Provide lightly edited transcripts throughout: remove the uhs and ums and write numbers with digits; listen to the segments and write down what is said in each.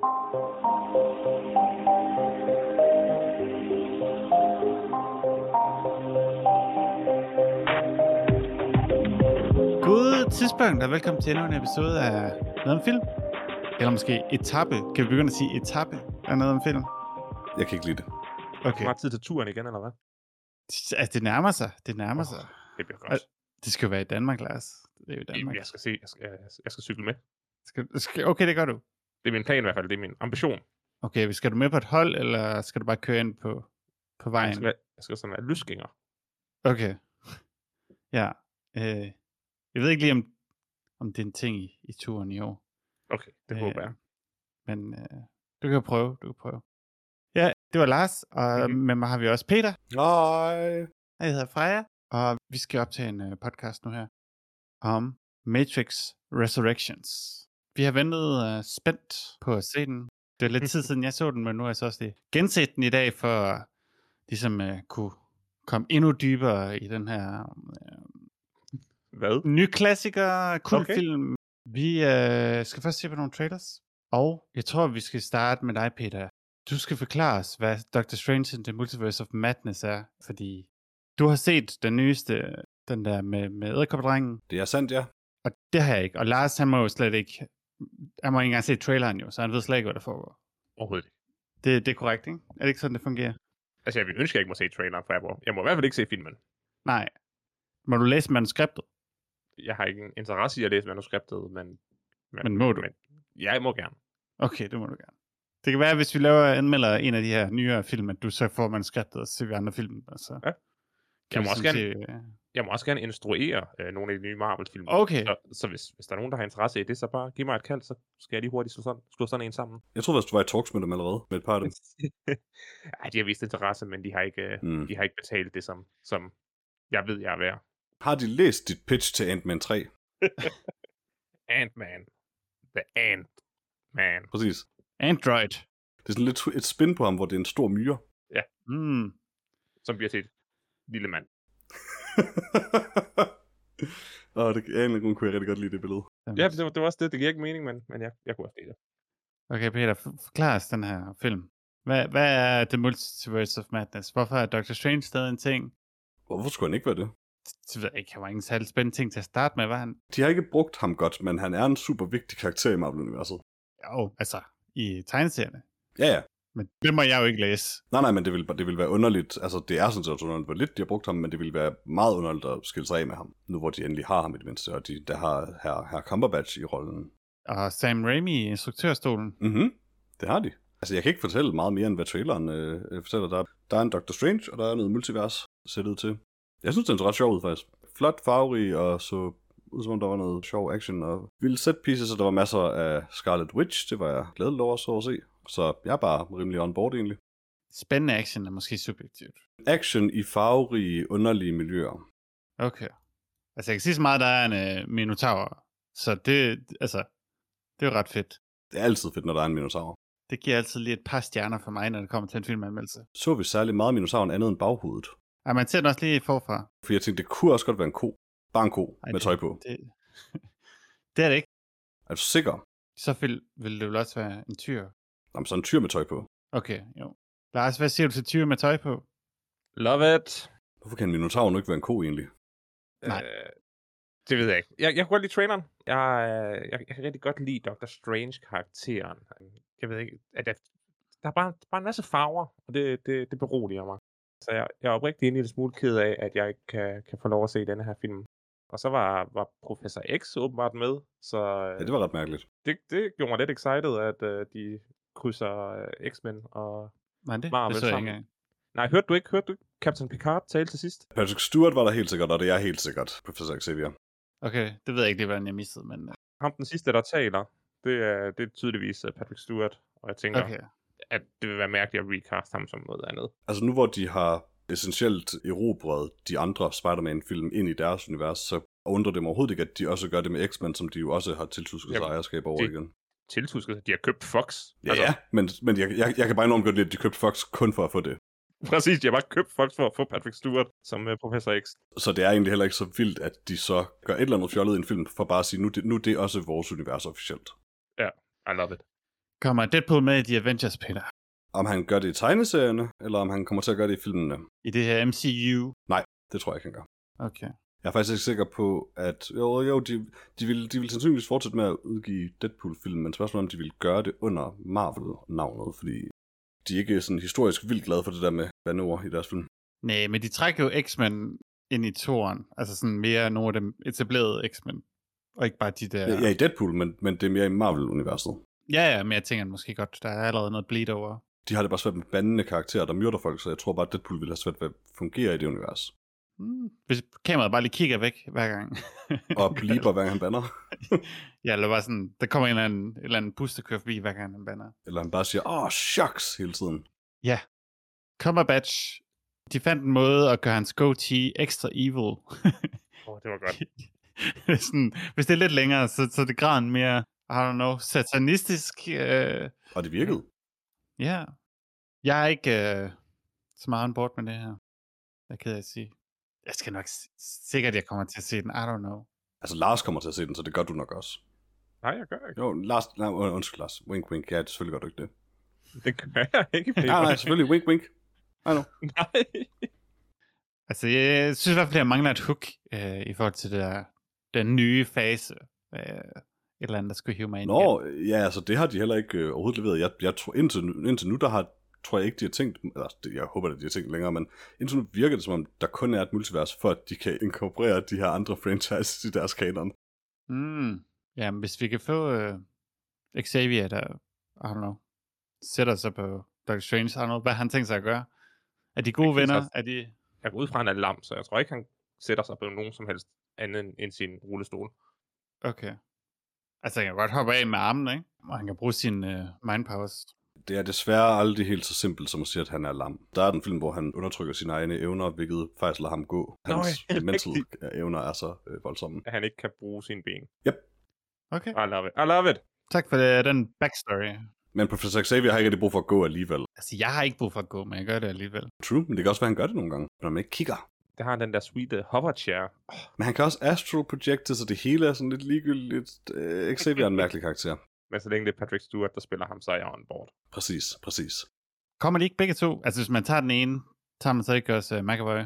God tidspunkt, og velkommen til endnu en episode af Noget om Film. Eller måske etape. Kan vi begynde at sige etape af Noget om Film? Jeg kan ikke lide det. Okay. Meget tid til turen igen, eller hvad? Altså, det nærmer sig. Det nærmer sig. Det bliver godt. Det skal jo være i Danmark, Lars. Det er jo i Danmark. Jeg skal cykle med. Okay, det gør du. Det er min plan i hvert fald. Det er min ambition. Okay, skal du med på et hold, eller skal du bare køre ind på vejen? Jeg skal sådan være lysgænger. Okay. Ja. Jeg ved ikke lige, om det er en ting i turen i år. Okay, det håber jeg. Men du kan prøve. Ja, det var Lars, og med mig har vi også Peter. Nej. Jeg hedder Freja, og vi skal optage en podcast nu her om Matrix Resurrections. Vi har ventet spændt på at se den. Det er lidt tid siden, jeg så den, men nu har jeg så også lige genset den i dag, for ligesom kunne komme endnu dybere i den her ny klassiker, kultfilm. Okay. Vi skal først se på nogle trailers, og jeg tror, vi skal starte med dig, Peter. Du skal forklare os, hvad Doctor Strange in the Multiverse of Madness er, fordi du har set den nyeste, den der med edderkoppedrengen. Det er sandt, ja. Og det har jeg ikke. Og Lars, han må jo slet ikke, han må ikke engang se traileren jo, så han ved slet ikke, hvad der foregår. Overhovedet ikke. Det er korrekt, ikke? Er det ikke sådan, det fungerer? Altså, jeg vil ønske, at jeg ikke må se traileren, for jeg må i hvert fald ikke se filmen. Nej. Må du læse manuskriptet? Jeg har ikke interesse i at læse manuskriptet, men må du? Ja, jeg må gerne. Okay, det må du gerne. Det kan være, hvis vi anmelder en af de her nyere film, at du så får manuskriptet, og så ser vi andre film. Altså. Ja. Jeg må også gerne instruere nogle af de nye Marvel-film. Okay. Så hvis der er nogen, der har interesse i det, så bare giv mig et kald, så skal jeg lige hurtigt slå sådan en sammen. Jeg tror, at du var i talks med dem allerede, med et par af dem. Ej, de har vist interesse, men de har ikke betalt det, som jeg ved, jeg er værd. Har de læst dit pitch til Ant-Man 3? Ant-Man. The Ant-Man. Præcis. Android. Det er sådan lidt et spin på ham, hvor det er en stor myre. Ja. Som bliver til et lille mand. Det kunne jeg rigtig godt lide det billede. Ja, det var også det. Det giver ikke mening, men jeg kunne også lide det. Okay, Peter, forklar os den her film. Hvad er The Multiverse of Madness? Hvorfor er Doctor Strange stadig en ting? Hvorfor skulle han ikke være det? Det ved jeg ikke. Han var ingen særlig spændende ting til at starte med, var han? De har ikke brugt ham godt, men han er en super vigtig karakter i Marvel-universet. Jo, altså i tegneserierne. Ja. Men det må jeg jo ikke læse. Nej, men det vil være underligt. Altså, det er sådan set underligt, hvor lidt de har brugt ham, men det vil være meget underligt at skille sig af med ham. Nu hvor de endelig har ham i det mindste, og der har herr Cumberbatch i rollen. Og Sam Raimi i instruktørstolen. Det har de. Altså, jeg kan ikke fortælle meget mere, end hvad traileren fortæller. Der er en Doctor Strange, og der er noget multivers sættet til. Jeg synes, den så ret sjov ud, faktisk. Flot, farverig, og så ud som om der var noget sjov action, og vilde set pieces, og der var masser af Scarlet Witch. Det var jeg glædelig over så at se. Så jeg er bare rimelig on board, egentlig. Spændende action er måske subjektivt. Action i farverige, underlige miljøer. Okay. Altså, jeg kan sige så meget, der er en minotaur. Så det er jo ret fedt. Det er altid fedt, når der er en minotaur. Det giver altid lige et par stjerner for mig, når det kommer til en filmanmeldelse. Så vi særlig meget minotauren andet end baghovedet. Ja, man ser den også lige forfra. For jeg tænkte, det kunne også godt være en ko. Bare en ko med tøj på. Det er det ikke. Er du sikker? Så vil det vel også være en tyr. Jamen, så en tyr med tøj på. Okay, jo. Lars, hvad siger du til tyr med tøj på? Love it. Hvorfor kan en minotaur nu ikke være en ko egentlig? Nej. Det ved jeg ikke. Jeg kunne godt lide traileren. Jeg kan rigtig godt lide Doctor Strange-karakteren. Jeg ved ikke, at der er bare en masse farver, og det beroliger mig. Så jeg er oprigtigt en lille smule ked af, at jeg ikke kan få lov at se denne her film. Og så var Professor X åbenbart med, så... Ja, det var ret mærkeligt. Det gjorde mig lidt excited, at de krydser X-Men og Marvel sammen. Nej, hørte du ikke Captain Picard tale til sidst? Patrick Stewart var der helt sikkert, og det er helt sikkert Professor Xavier. Okay, det ved jeg ikke, det var hvordan jeg missede, men... Ham den sidste, der taler, det er tydeligvis Patrick Stewart, og jeg tænker, at det vil være mærkeligt at recast ham som noget andet. Altså nu hvor de har essentielt erobret de andre Spider-Man-film ind i deres univers, så undrer det mig overhovedet ikke, at de også gør det med X-Men, som de jo også har tiltusket sig ejerskab over igen. Tiltusket? De har købt Fox. Ja, men jeg kan bare enormt godt lide, at de købte Fox kun for at få det. Præcis, de har bare købt Fox for at få Patrick Stewart som Professor X. Så det er egentlig heller ikke så vildt, at de så gør et eller andet fjollet i en film, for bare at sige, nu det er også vores univers officielt. Ja, I love it. Kommer Deadpool med i The Avengers, Peter? Om han gør det i tegneserierne, eller om han kommer til at gøre det i filmene? I det her MCU? Nej, det tror jeg ikke, han gør. Okay. Jeg er faktisk ikke sikker på, at de vil sandsynligvis fortsætte med at udgive Deadpool-film, men spørgsmålet om de vil gøre det under Marvel-navnet, fordi de er ikke sådan historisk vildt glade for det der med bandeord i deres film. Nej, men de trækker jo X-Men ind i toren. Altså sådan mere nogle af dem etablerede X-Men. Og ikke bare de der... Ja, i Deadpool, men det er mere i Marvel-universet. Ja, men jeg tænker måske godt, der er allerede noget bleed over. De har det bare svært med bandende karakterer, der myrder folk, så jeg tror bare, at Deadpool vil have svært ved at fungere i det univers. Hvis kameraet bare lige kigger væk hver gang. Og bleeper, hver gang han banner. Ja, eller bare sådan, der kommer en eller anden bus, der kører forbi, hver gang han banner. Eller han bare siger, shucks, hele tiden. Ja. Cumberbatch, de fandt en måde at gøre hans goatee ekstra evil. Det var godt. Sådan, hvis det er lidt længere, så det graden mere, I don't know, satanistisk. Og det virkede. Ja. Jeg er ikke så meget on board med det her. Jeg er ked af at sige. Jeg skal nok sikkert, jeg kommer til at se den. I don't know. Altså, Lars kommer til at se den, så det gør du nok også. Nej, jeg gør ikke. Jo, Lars, undskyld Lars. Wink, wink. Ja, selvfølgelig gør du ikke det. Det gør jeg ikke. Nej, selvfølgelig. Wink, wink. I know. Nej. Altså, jeg synes i hvert fald, at jeg mangler et hook i forhold til den nye fase. Et eller andet, der skulle hive mig ind. Ja, altså det har de heller ikke overhovedet leveret. Jeg tror, indtil nu, tror jeg ikke, de har tænkt, jeg håber, at de har tænkt længere, men indtil nu virker det, som om der kun er et multivers, for at de kan inkorporere de her andre franchises i deres kanon. Ja, men hvis vi kan få Xavier, der, I don't know, sætter sig på Doctor Strange, I don't know, hvad han tænker sig at gøre. Er de gode venner? Jeg går ud fra, han er lam, så jeg tror ikke, han sætter sig på nogen som helst anden end sin rullestol. Okay. Altså, han kan godt hoppe af med armen, ikke? Og han kan bruge sin mind powers. Det er desværre aldrig helt så simpelt som at sige, at han er lam. Der er den film, hvor han undertrykker sine egne evner, hvilket faktisk lader ham gå. Hans mental evner er så voldsomme. At han ikke kan bruge sine ben. Yep. Okay. I love it. Tak for den backstory. Men Professor Xavier har ikke rigtig brug for at gå alligevel. Altså, jeg har ikke brug for at gå, men jeg gør det alligevel. True, men det kan også være, han gør det nogle gange, når man ikke kigger. Det har den der sweet hover chair. Men han kan også astral projecte, så det hele er sådan lidt ligegyldigt. Xavier er en mærkelig karakter. Men så længe det er Patrick Stewart, der spiller ham, så er jeg on board. Præcis. Kommer de ikke begge to? Altså, hvis man tager den ene, tager man så ikke også McAvoy?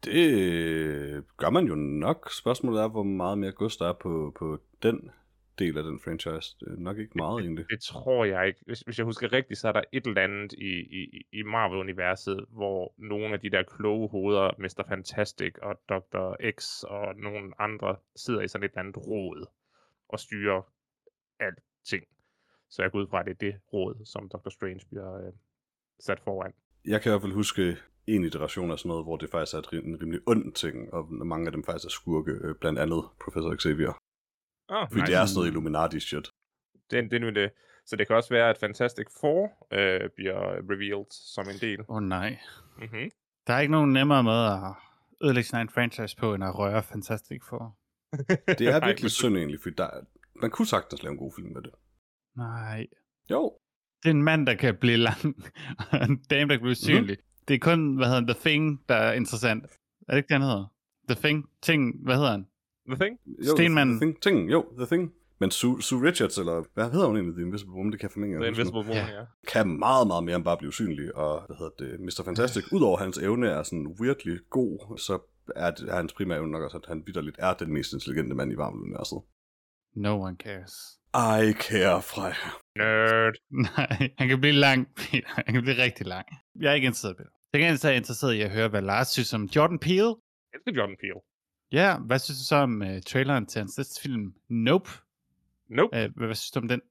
Det gør man jo nok. Spørgsmålet er, hvor meget mere gods der er på den del af den franchise. Det er nok ikke meget, egentlig. Det tror jeg ikke. Hvis jeg husker rigtigt, så er der et eller andet i Marvel-universet, hvor nogle af de der kloge hoveder, Mr. Fantastic og Dr. X og nogle andre, sidder i sådan et eller andet råd og styrer alting. Så jeg går ud fra, at det er det råd, som Dr. Strange bliver sat foran. Jeg kan i hvert fald huske en iteration af sådan noget, hvor det faktisk er en rimelig ond ting, og mange af dem faktisk er skurke, blandt andet Professor Xavier. Fordi det er sådan noget Illuminati-shit. Det er nu det. Så det kan også være, at Fantastic Four bliver revealed som en del. Nej. Mm-hmm. Der er ikke nogen nemmere måde at ødelægge sin egen franchise på, end at røre Fantastic Four. Det er virkelig synd egentlig, for man kunne sagtens lave en god film med det. Nej. Jo. Det er en mand, der kan blive lang, og en dame, der kan blive synlig. Det er kun, The Thing, der er interessant. Er det ikke det, han hedder? The Thing, hvad hedder han? The Thing? Stenmanden. The Thing. Men Sue Richards, eller hvad hedder hun egentlig? The Invisible Woman, det kan formentlig The Invisible Woman, ja. Kan meget, meget mere end bare blive usynlig. Og Mr. Fantastic, udover hans evne er sådan weirdly god, så er hans primære evne nok også, at han vitterligt er den mest intelligente mand i Marvel-universet. No one cares. I care, Freja. Nerd. Nej, han kan blive lang, Peter. Han kan blive rigtig lang. Jeg er ikke interesseret i det. Jeg er ikke interesseret i at høre, hvad Lars synes om Jordan Peele. Jeg elsker Jordan Peele. Ja, hvad synes du så om traileren til hans næste film? Nope. Hvad synes du om den?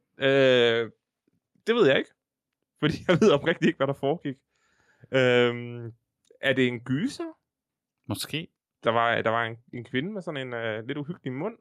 Det ved jeg ikke. Fordi jeg ved oprigtigt ikke, hvad der foregik. Er det en gyser? Måske. Der var en kvinde med sådan en lidt uhyggelig mund.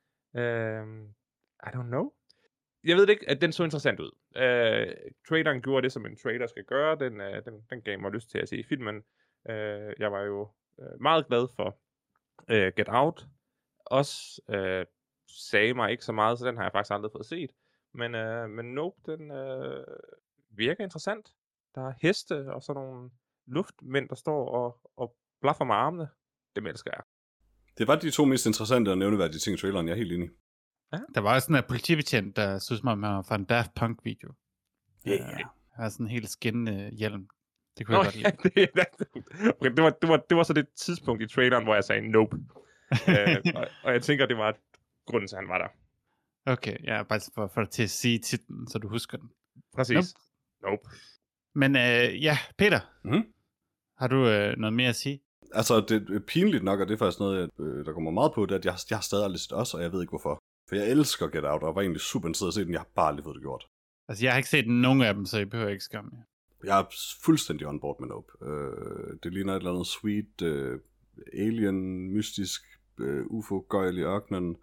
I don't know. Jeg ved ikke, at den så interessant ud. Traileren gjorde det, som en trailer skal gøre. Den gav mig lyst til at se filmen. Jeg var jo meget glad for Get Out. Også sagde mig ikke så meget, så den har jeg faktisk aldrig fået set. Men Nope, den virker interessant. Der er heste og sådan nogle luftmænd, der står og blaffer med armene. Det elsker jeg. Det var de to mest interessante og nævneværdige ting i traileren, jeg er helt enig. Der var også sådan en politibetjent, der så ud som om han var fra en Daft Punk-video. Yeah. Han har sådan en helt skinnende hjelm. Det kunne Nå, jeg godt ja, lide. okay, det var så det tidspunkt i traileren, hvor jeg sagde nope. Og jeg tænker, det var grunden til, at han var der. Okay, ja, bare for dig til at sige titlen, så du husker den. Præcis. Nope. Men ja, Peter, Mhm. har du noget mere at sige? Altså, det er pinligt nok, og det er faktisk noget, der kommer meget på, det er, at jeg har stadig aldrig set os, og jeg ved ikke hvorfor. For jeg elsker Get Out, og var egentlig super interesseret i at se den, jeg har bare aldrig fået det gjort. Altså, jeg har ikke set nogen af dem, så jeg behøver ikke skamme jer. Jeg er fuldstændig on board med Nope. Det ligner et eller andet sweet, alien, mystisk, ufo-gøjl i ørkenen.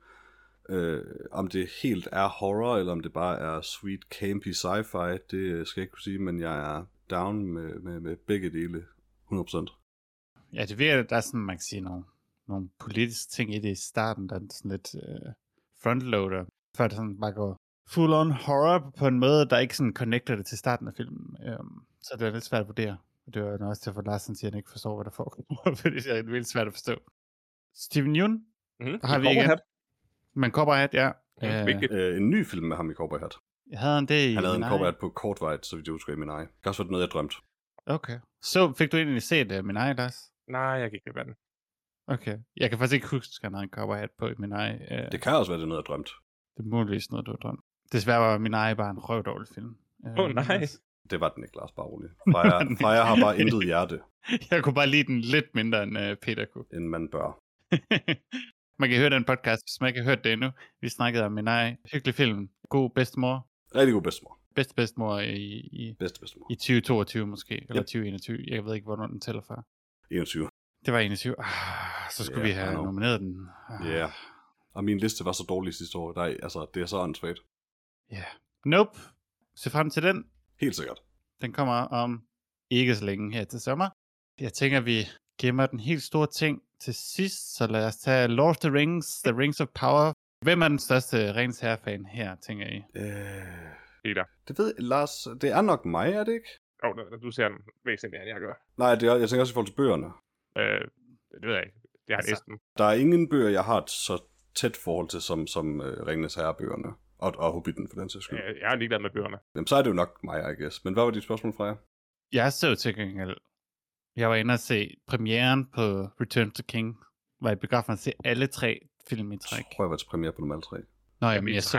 Om det helt er horror, eller om det bare er sweet, campy sci-fi, det skal jeg ikke kunne sige, men jeg er down med begge dele 100%. Ja, det virker, der er sådan, man kan sige, nogle politiske ting i det i starten, der er sådan lidt frontloader, før det sådan bare går full on horror på en måde, der ikke sådan connecter det til starten af filmen. Så det er lidt svært at vurdere. Og det var også derfor, Larsen siger, at han ikke forstår, hvad der foregår, fordi det er vildt svært at forstå. Steven Yeun har vi igen. Men Cowboy Hat, ja. Vigtigt. En ny film med ham i Cowboy Hat. Havde han det i Han havde en Minari? Cowboy Hat på kortvejt, så vidt jeg husker i Minari. Det kan også være noget, jeg drømte. Okay. Så fik du egentlig set Minari, Lars? Nej, jeg gik ikke med den. Okay. Jeg kan faktisk ikke huske, at han havde en Cowboy Hat på i Minari. Det kan også være, det er noget, jeg drømte. Det er muligvis noget, du har drømt. Desværre var Minari bare en røvdårlig film. Nej. Det var den ikke, Lars, bare roligt. Freja har bare intet hjerte, Jeg kunne bare lide den lidt mindre, end Peter kunne. end man bør. Man kan høre den podcast, hvis man ikke har hørt det endnu. Vi snakkede om Minari. Hyggelig film. God bedstemor. Rigtig god bedstemor. Bedste bedstemor i Bedste bedstemor. 2022 måske. Eller Yep. 2021. Jeg ved ikke, hvornår den tæller fra. 21. Det var 21. Så skulle vi have nomineret den. Ja. Yeah. Og min liste var så dårlig sidste år. Det er så åndssvagt. Ja. Nope. Se frem til den. Helt sikkert. Den kommer om ikke så længe her til sommer. Jeg tænker, vi gemmer den helt store ting til sidst, så lad os tage Lord of the Rings, The Rings of Power. Hvem er den største Ringens Herre-fan her, tænker I? Peter. Det ved Lars, det er nok mig, er det ikke? Du ser den væsentligt mere, end jeg gør. Nej, jeg tænker også i forhold til bøgerne. Det ved jeg ikke. Jeg har læst dem. Der er ingen bøger, jeg har et så tæt forhold til, som Ringenes Herre-bøgerne. Og Hobbiten, for den sags skyld. Jeg er ligeglad med bøgerne. Jamen, så er det jo nok mig, I guess. Men hvad var dit spørgsmål fra jer? Jeg så til gengæld. Jeg var inde og se premieren på Return to King, hvor jeg begrafede at se alle 3 film i træk. Jeg tror, jeg var til premiere på dem alle 3. Nå, jamen, jeg så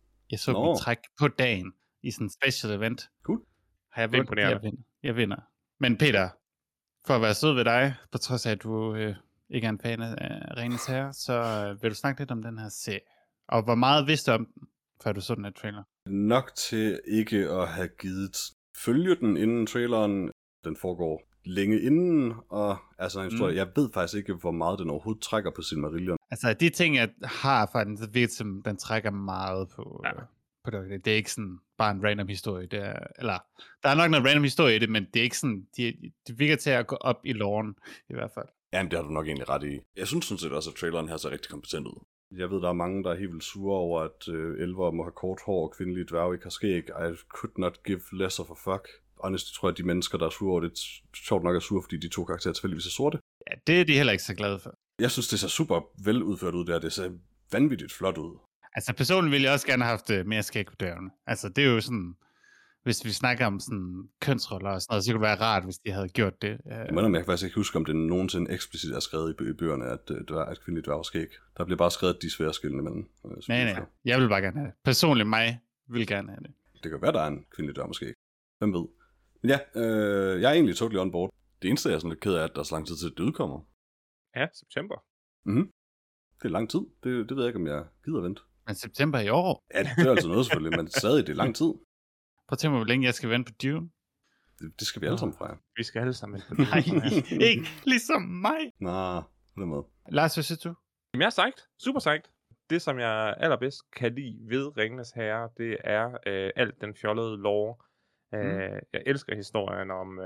dem i træk på dagen i sådan en special event. Cool. Har jeg vundet? Jeg vinder. Men Peter, for at være sød ved dig, på trods af, at du ikke er en fan af Ringenes Herre, så vil du snakke lidt om den her serie. Og hvor meget vidste du om den, før du så den her trailer? Nok til ikke at have givet følge den inden traileren. Den foregår længe inden, og altså en historie, jeg ved faktisk ikke, hvor meget den overhovedet trækker på Silmarillion. Altså, de ting, jeg har fra den, så virker som, den trækker meget på, på det. Det er ikke sådan bare en random historie. Det er, eller, der er nok noget random historie i det, men det er ikke sådan, det virker til at gå op i loven, i hvert fald. Jamen, det har du nok egentlig ret i. Jeg synes sådan set også, at traileren her ser rigtig kompetent ud. Jeg ved, der er mange, der er helt vildt sure over, at elver må have kort hår, og kvindelige dværge ikke har skæg. I could not give less of a fuck. Honestly tror jeg, at de mennesker, der er sure over det, sjovt nok er sure, fordi de 2 karakterer tilfældigvis er sorte. Ja, det er de heller ikke så glade for. Jeg synes, det ser super veludført ud der. Det ser vanvittigt flot ud. Altså, personligt ville jeg også gerne have haft mere skæg på dørene. Altså, det er jo sådan, hvis vi snakker om sådan kønsroller og sådan noget, så kunne det være rart, hvis de havde gjort det. Jeg kan faktisk ikke huske, om det nogensinde eksplicit er skrevet i bøgerne, at kvindelige dværge skæg. Der bliver bare skrevet, at de er svære skille imellem. Nej, jeg vil bare gerne have det. Personligt mig vil gerne have det. Det kan være, der er en kvindelig dværg måske. Hvem ved? Men ja, jeg er egentlig totally on board. Det eneste, jeg er sådan lidt ked af, at der er så lang tid til, at det udkommer. Ja, september. Mhm. Det er lang tid. Det ved jeg ikke, om jeg gider vente. Men september i år? Ja, det er altså noget selvfølgelig, men stadig, det er lang tid. Prøv at tænke mig, hvor længe jeg skal vente på Dune. Det skal vi alle sammen fra jer. Vi skal alle sammen vente på Dune. Nej, ikke ligesom mig. Nå, på den måde. Lars, hvad siger du? Jamen, jeg er sejt. Super sejt. Det, som jeg allerbedst kan lide ved Ringenes Herre, det er alt den fjollede lore. Jeg elsker historien om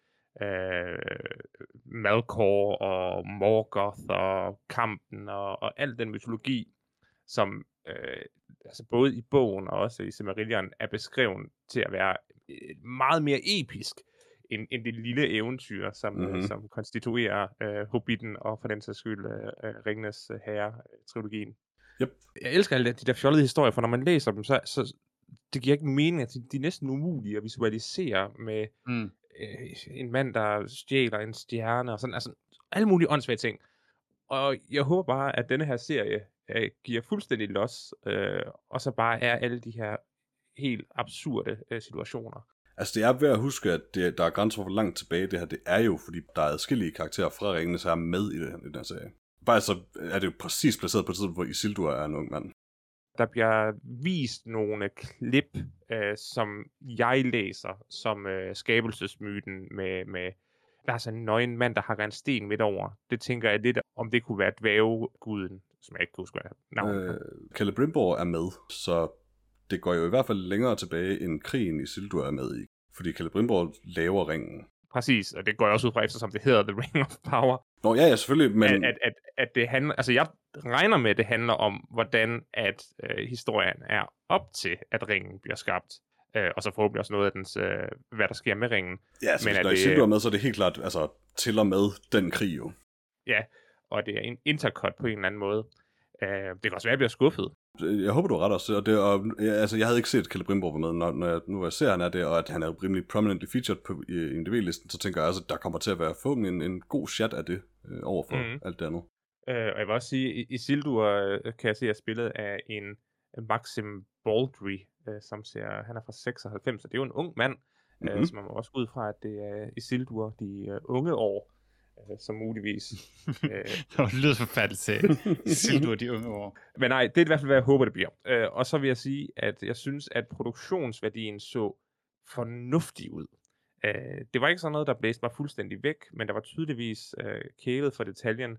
Malkor og Morgoth og kampen og al den mytologi, som altså både i bogen og også i Silmarillion er beskrevet til at være meget mere episk end det lille eventyr, som konstituerer Hobbiten og for den sags skyld Ringenes Herre-trilogien. Yep. Jeg elsker alle de der fjollede historier, for når man læser dem, så det giver ikke mening, at de er næsten umulige at visualisere med en mand, der stjæler en stjerne, og sådan, altså alle mulige åndssvage ting. Og jeg håber bare, at denne her serie giver fuldstændig los, og så bare er alle de her helt absurde situationer. Altså, det er ved at huske, at der er grænser for, hvor langt tilbage det her. Det er jo, fordi der er adskillige karakterer fra Ringenes Herre med i den her serie. Bare så er det jo præcis placeret på tiden, hvor Isildur er en ung mand. Der bliver vist nogle klip, som jeg læser, som skabelsesmyten med der er sådan en nøgen mand, der hakker en sten midt over. Det tænker jeg lidt, om det kunne være dværgeguden, som jeg ikke kan huske, hvad navnet Celebrimbor er med, så det går jo i hvert fald længere tilbage, end krigen Isildur er med i. Fordi Celebrimbor laver ringen. Præcis, og det går jeg også ud fra, eftersom det hedder The Ring of Power. Nå ja, selvfølgelig, men... At det handler, altså jeg regner med, at det handler om, hvordan at historien er op til, at ringen bliver skabt. Og så forhåbentlig også noget af dens, hvad der sker med ringen. Ja, så når Isildur er med, så er det helt klart, altså, til og med den krig jo. Ja, og det er en intercut på en eller anden måde. Det kan også være, at jeg bliver skuffet. Jeg håber, du har ret også. Altså, jeg havde ikke set Celebrimbor med, når jeg ser, han er det, og at han er rimelig prominently featured på IMDb-listen, så tænker jeg også, at der kommer til at være forhåbentlig en god chat af det overfor alt det andet. Og jeg vil også sige, Isildur kan jeg se er spillet af en Maxim Baldry, som han er fra 96, så det er jo en ung mand, så man må også gå ud fra, at det er Isildur, de unge år, som muligvis. Det lyder forfærdeligt til Isildur, de unge år. Men nej, det er i hvert fald, hvad jeg håber, det bliver. Og så vil jeg sige, at jeg synes, at produktionsværdien så fornuftig ud. Det var ikke sådan noget, der blæste mig fuldstændig væk, men der var tydeligvis kælet for detaljen,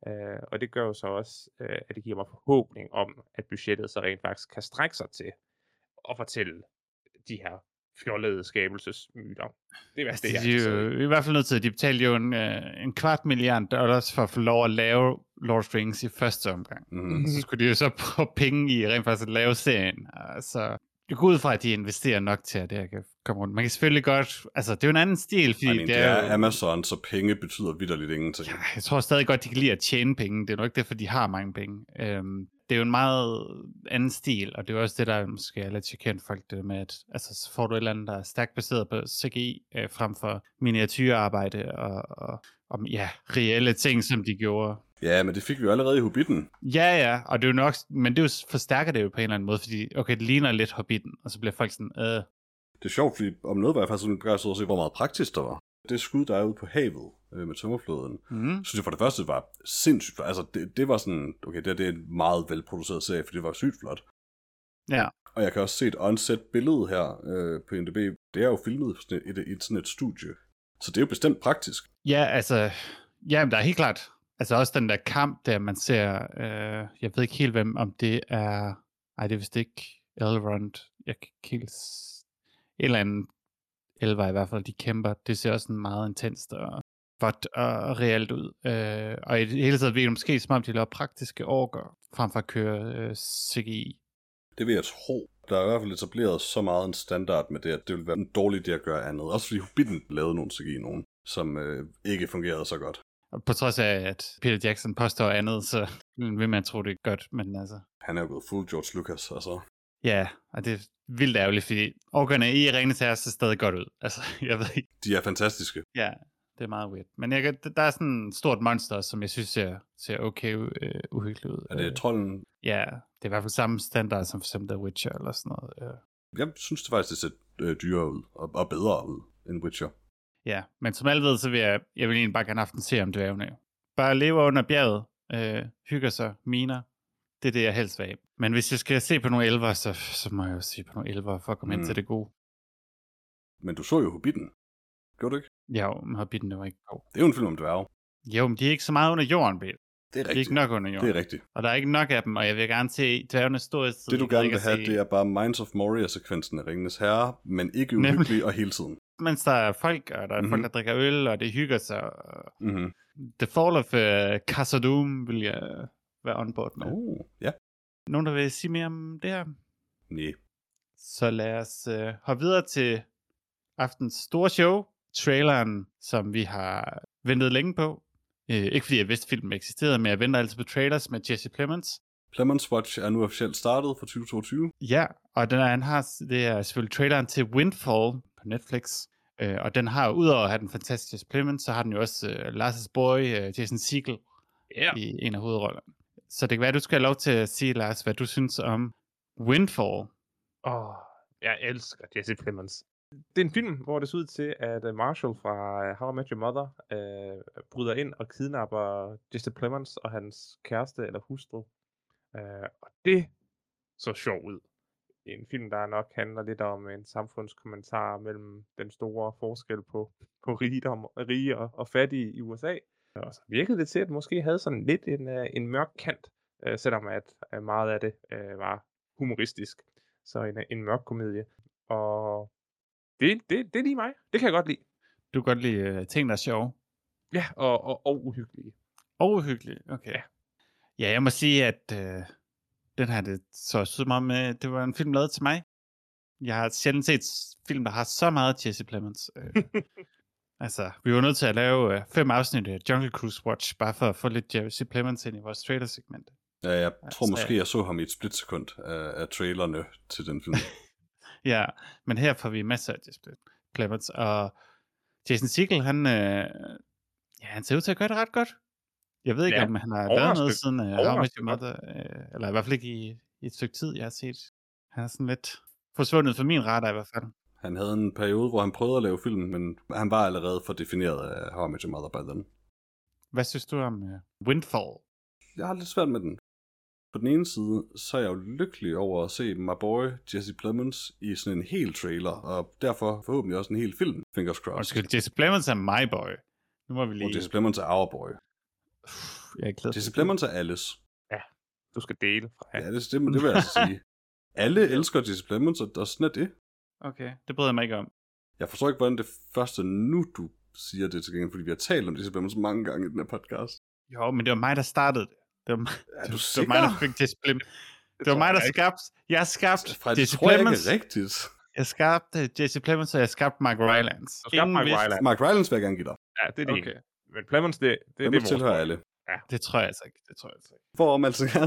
og det gør jo så også, at det giver mig forhåbning om, at budgettet så rent faktisk kan strække sig til at fortælle de her fjollede skabelsesmyter. Det er det, jeg er i hvert fald nødt til, at de betalte jo en $250 million for at få lov at lave Lord of the Rings i første omgang. Så skulle de jo så prøve penge i rent faktisk at lave serien. Altså, jeg går ud fra, at de investerer nok til, at det her kan komme rundt. Man kan selvfølgelig godt... Altså, det er jo en anden stil, fordi det er jo Amazon, så penge betyder vitterligt ingenting. Ja, jeg tror stadig godt, de kan lide at tjene penge. Det er nok ikke derfor, de har mange penge. Det er jo en meget anden stil, og det er også det, der måske er lidt chokeret folk, det med, at altså, så får du et eller andet, der er stærkt baseret på CGI, frem for miniatyrarbejde og reelle ting, som de gjorde. Ja, men det fik vi jo allerede i Hobbiten. Ja, og det er jo nok, men det er jo, forstærker det jo på en eller anden måde, fordi, okay, det ligner lidt Hobbiten, og så bliver folk sådan, Det er sjovt, fordi om noget var jeg faktisk sådan begejstret at se, hvor meget praktisk der var. Det skud, der er ude på havet med tømmerfloden, synes jeg for det første var sindssygt flot. Altså, det var sådan, okay, det er en meget velproduceret serie, for det var sygt flot. Ja. Og jeg kan også se et on-set billede her på IMDb. Det er jo filmet i sådan et studie. Så det er jo bestemt praktisk. Ja, altså, jamen, der er helt klart, altså også den der kamp, der man ser, jeg ved ikke helt, om det er, det er vist ikke Elrond, jeg kan ikke helt, en eller anden elver i hvert fald, de kæmper, det ser også sådan meget intenst og godt og reelt ud. Og i det hele taget ved det måske, som om de laver praktiske orker, frem for at køre CGI. Det vil jeg tro. Der er i hvert fald etableret så meget en standard med det, at det vil være en dårlig idé at gøre andet. Også fordi Hobbiten lavede nogle CGI, som ikke fungerede så godt. Og på trods af, at Peter Jackson påstår andet, så vil man tro, det er godt, men altså... Han er jo gået full George Lucas, altså. Ja, og det er vildt ærgerligt, fordi orkerne i Ringenes Herre ser stadig godt ud. Altså, jeg ved ikke. De er fantastiske. Ja, det er meget weird. Men der er sådan et stort monster, som jeg synes ser okay uhyggeligt ud. Er det trolden? Ja, det er i hvert fald samme standard som for eksempel The Witcher eller sådan noget. Jeg synes det faktisk, det ser dyrere ud og bedre ud end Witcher. Ja, men som alle ved, så vil jeg egentlig bare gerne aften se om dværgene. Bare lever under bjerget, hygger sig, miner. Det er det, jeg helst vil af. Men hvis jeg skal se på nogle elver, så må jeg jo se på nogle elver for at komme ind til det gode. Men du så jo Hobbiten. Gjorde du ikke? Ja, men Hobbiten var ikke god. Det er jo en film om dværge. Jo, men de er ikke så meget under jorden, Peter. Det er rigtigt. De er ikke nok under jorden. Det er rigtigt. Og der er ikke nok af dem, og jeg vil gerne se dværgenes storhedstid. Det du gerne vil have, det er bare Minds of Moria-sekvensen af Ringenes Herre, men ikke uhyggelig og hele tiden. Mens der er folk, og der er folk, der drikker øl, og det hygger sig. The Fall of Khazad-dûm vil jeg være on board med. Ja. Nogen, der vil sige mere om det her? Nej. Så lad os hoppe videre til aftens store show. Traileren, som vi har ventet længe på. Ikke fordi jeg vidste, filmen eksisterede, men jeg venter altid på trailers med Jesse Plemons. Plemons Watch er nu officielt startet for 2022. Ja, og det er selvfølgelig traileren til Windfall på Netflix. Og den har, udover at have den fantastiske Plemons, så har den jo også Lars' boy, Jason Segel, i en af hovedrollerne. Så det kan være, at du skal have lov til at sige, Lars, hvad du synes om Windfall. Jeg elsker Jesse Plemons. Det er en film, hvor det ser ud til, at Marshall fra How I Met Your Mother bryder ind og kidnapper Jesse Plemons og hans kæreste eller hustru. Og det så sjovt ud. En film, der nok handler lidt om en samfundskommentar mellem den store forskel på rige og fattige i USA. Og så virkede det til, at det måske havde sådan lidt en mørk kant, selvom at meget af det var humoristisk. Så en mørk komedie. Og det er lige mig. Det kan jeg godt lide. Du kan godt lide ting, der er sjove. Ja, og uhyggelige. Og uhyggelige, okay. Ja, jeg må sige, at den her, det så sødt meget med, det var en film lavet til mig. Jeg har sjældent set film, der har så meget Jesse Plemons. Altså, vi var nødt til at lave 5 afsnit af Jungle Cruise Watch, bare for at få lidt Jesse Plemons ind i vores trailer-segment. Ja, jeg tror måske, jeg så ham i et splitsekund af trailerne til den film. Ja, men her får vi masser af Jesse Plemons, og Jason Segel, han ser ud til at gøre det ret godt. Jeg ved ikke, om han har lavet noget siden How I Met Your Mother, eller i hvert fald ikke i et stykke tid, jeg har set. Han er sådan lidt forsvundet fra min radar i hvert fald. Han havde en periode, hvor han prøvede at lave film, men han var allerede for defineret af How I Met Your Mother by then. Hvad synes du om Windfall? Jeg har lidt svært med den. På den ene side, så er jeg jo lykkelig over at se my boy Jesse Plemons i sådan en hel trailer, og derfor forhåbentlig også en hel film, fingers crossed. Jesse Plemons er my boy. Nu må vi lige... Og Jesse Plemons er our boy. Jeg er glad. Jesse Plemons er alles. Ja, du skal dele. Ja, det vil jeg altså sige. Alle elsker Jesse Plemons, og sådan er det. Okay, det bryder jeg mig ikke om. Jeg forstår ikke, hvordan det første nu, du siger det til gengæld, fordi vi har talt om Jesse Plemons mange gange i den her podcast. Jo, men det var mig, der startede det. Det var mig, der fik Jesse Plemons. Det var mig, der skabte... Jeg skabte Jesse Plemons. Det er rigtigt. Jeg skabte Jesse Plemons, og jeg skabte Mark Rylance. Mark Rylance vil jeg gerne give dig. Ja, det er det okay. Men Plemons, det tilhører alle. Ja. Det tror jeg altså ikke. Hvorom altså er,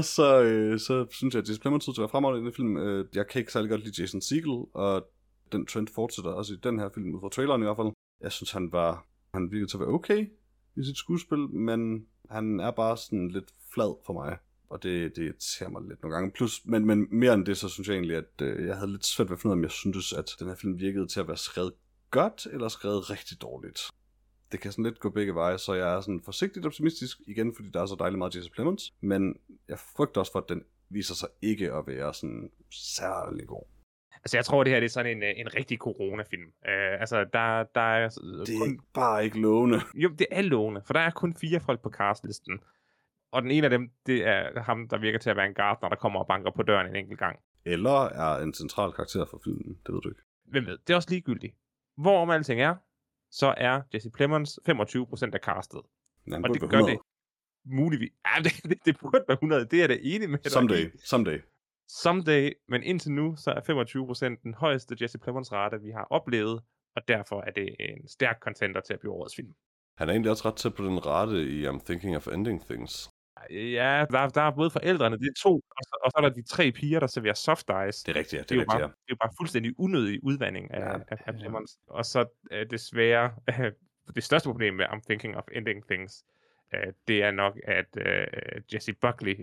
så synes jeg, at Jesse Plemons ud til at være fremragende i den film. Jeg kan ikke særlig godt lide Jason Segel, og den trend fortsætter også i den her film, ud fra traileren i hvert fald. Jeg synes, han virkede til at være okay i sit skuespil, men han er bare sådan lidt flad for mig. Og det irriterer mig lidt nogle gange. Plus, men mere end det, så synes jeg egentlig, at jeg havde lidt svært ved at finde ud af, om jeg syntes, at den her film virkede til at være skrevet godt, eller skrevet rigtig dårligt. Det kan sådan lidt gå begge veje, så jeg er sådan forsigtigt optimistisk, igen fordi der er så dejligt meget Jesse Plemons, men jeg frygter også for, at den viser sig ikke at være sådan særlig god. Altså jeg tror, det her det er sådan en rigtig coronafilm. Altså der er... Det er bare ikke lovende. Jo, det er lovende, for der er kun 4 folk på castlisten. Og den ene af dem, det er ham, der virker til at være en gartner, der kommer og banker på døren en enkelt gang. Eller er en central karakter for filmen, det ved du ikke. Hvem ved, det er også ligegyldigt. Hvorom alting er, så er Jesse Plemons 25% af castet. Ja, og det gør det muligvis. Ja, det burde være 100, det er det enig med. Someday, men indtil nu, så er 25% den højeste Jesse Plemons rate, vi har oplevet, og derfor er det en stærk contender til at blive årets film. Han er egentlig også ret tæt på den rate i I'm Thinking of Ending Things. Ja, der er både forældrene, det er 2, og så er der de 3 piger, der serverer soft ice. Det er rigtigt, ja. Det er jo bare fuldstændig unødig udvandring af Plemons. Og så desværre, det største problem med I'm Thinking of Ending Things, det er nok, at Jessie Buckley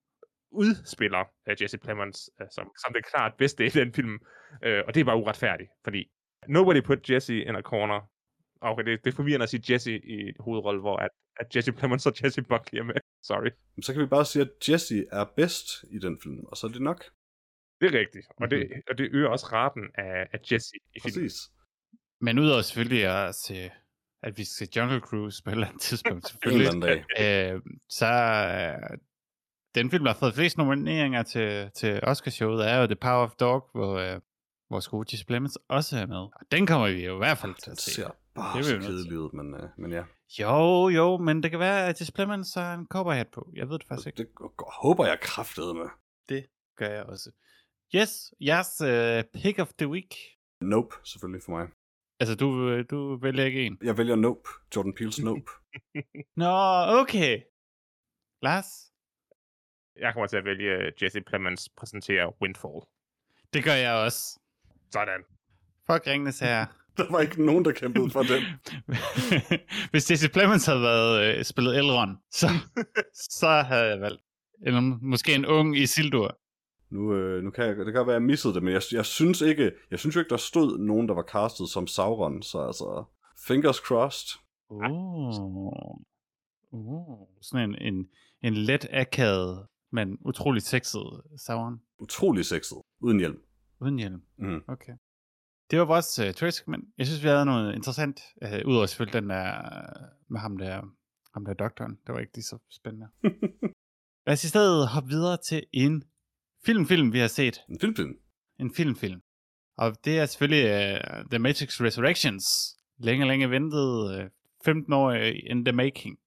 udspiller Jesse Plemons som det klart bedste i den film. Og det er bare uretfærdigt, fordi nobody put Jesse in a corner. Okay, det er forvirrende at sige Jesse i hovedrolle, hvor at Jesse Plemons og Jessie Buckley er med. Sorry. Så kan vi bare sige, at Jesse er bedst i den film, og så er det nok. Det er rigtigt, og det øger også raten af Jesse i filmen. Præcis. Men udover selvfølgelig at se, at vi skal se Jungle Cruise på et eller andet tidspunkt, selvfølgelig, en eller anden dag. så den film, der har fået flest nomineringer til Oscarshowet, er jo The Power of Dog, hvor vores gode Jesse Plemons også er med. Og den kommer vi jo i hvert fald til at se. Den ser bare så kedelig ud, men ja. Jo, men det kan være, at Jesse Plemons har en cowboyhat på. Jeg ved det faktisk ikke. Det håber jeg kraftedeme. Det gør jeg også. Yes, jeres pick of the week. Nope, selvfølgelig for mig. Altså, du vælger ikke en? Jeg vælger Nope. Jordan Peele's Nope. Nå, okay. Lars? Jeg kommer til at vælge Jesse Plemons præsenterer Windfall. Det gør jeg også. Sådan. Fuck Ringenes Herre. Der var ikke nogen, der kæmpede for den. Hvis Jesse Plemons havde været spillet Elrond, så havde jeg valgt. Eller måske en ung Isildur. Nu kan det kan være, jeg missede det, men jeg synes jo ikke, der stod nogen, der var castet som Sauron, så altså, fingers crossed. Sådan en let akavet, men utrolig sexet Sauron. Utrolig sexet, uden hjelm. Uden hjelm. Mm. Okay. Det var vores trace, men jeg synes, vi havde noget interessant, udover selvfølgelig den der med ham der doktoren. Det var ikke lige så spændende. Lad os i stedet hoppe videre til en film, vi har set. En En film. Og det er selvfølgelig The Matrix Resurrections. Længe ventet. 15 år in the making.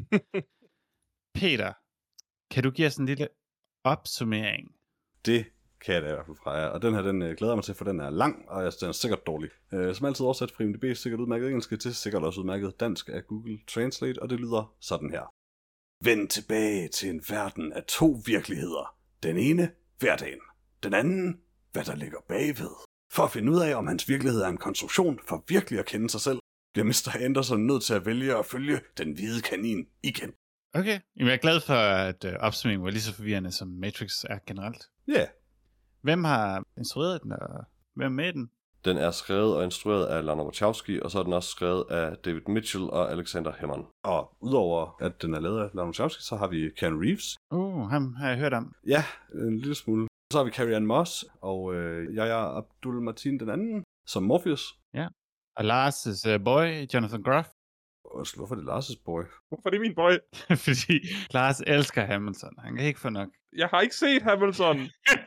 Peter, kan du give os en lille opsummering? Det kan jeg da i hvert fald fra jer. Og den her, den glæder jeg mig til, for den er lang, og den er sikkert dårlig. Som altid oversat fra IMDb, sikkert udmærket engelsk til, sikkert også udmærket dansk af Google Translate, og det lyder sådan her. Vend tilbage til en verden af 2 virkeligheder. Den ene, hverdagen. Den anden, hvad der ligger bagved. For at finde ud af, om hans virkelighed er en konstruktion for virkelig at kende sig selv, bliver Mr. Anderson nødt til at vælge at følge den hvide kanin igen. Okay. Jamen, jeg er glad for, at opsummeringen var lige så forvirrende, som Matrix er generelt. Ja. Yeah. Hvem har instrueret den, og hvem er med den? Den er skrevet og instrueret af Lana Wachowski, og så er den også skrevet af David Mitchell og Alexander Hammond. Og udover at den er lavet af Lana Wachowski, så har vi Keanu Reeves. Ham har jeg hørt om. Ja, en lille smule. Så har vi Carrie-Anne Moss og Yahya Abdul-Mateen den anden som Morpheus. Ja. Og Lars' boy, Jonathan Groff. Hvorfor er det Lars' boy? Hvorfor er det min boy? Fordi Lars elsker Hamilton. Han kan ikke få nok. Jeg har ikke set Hamilton.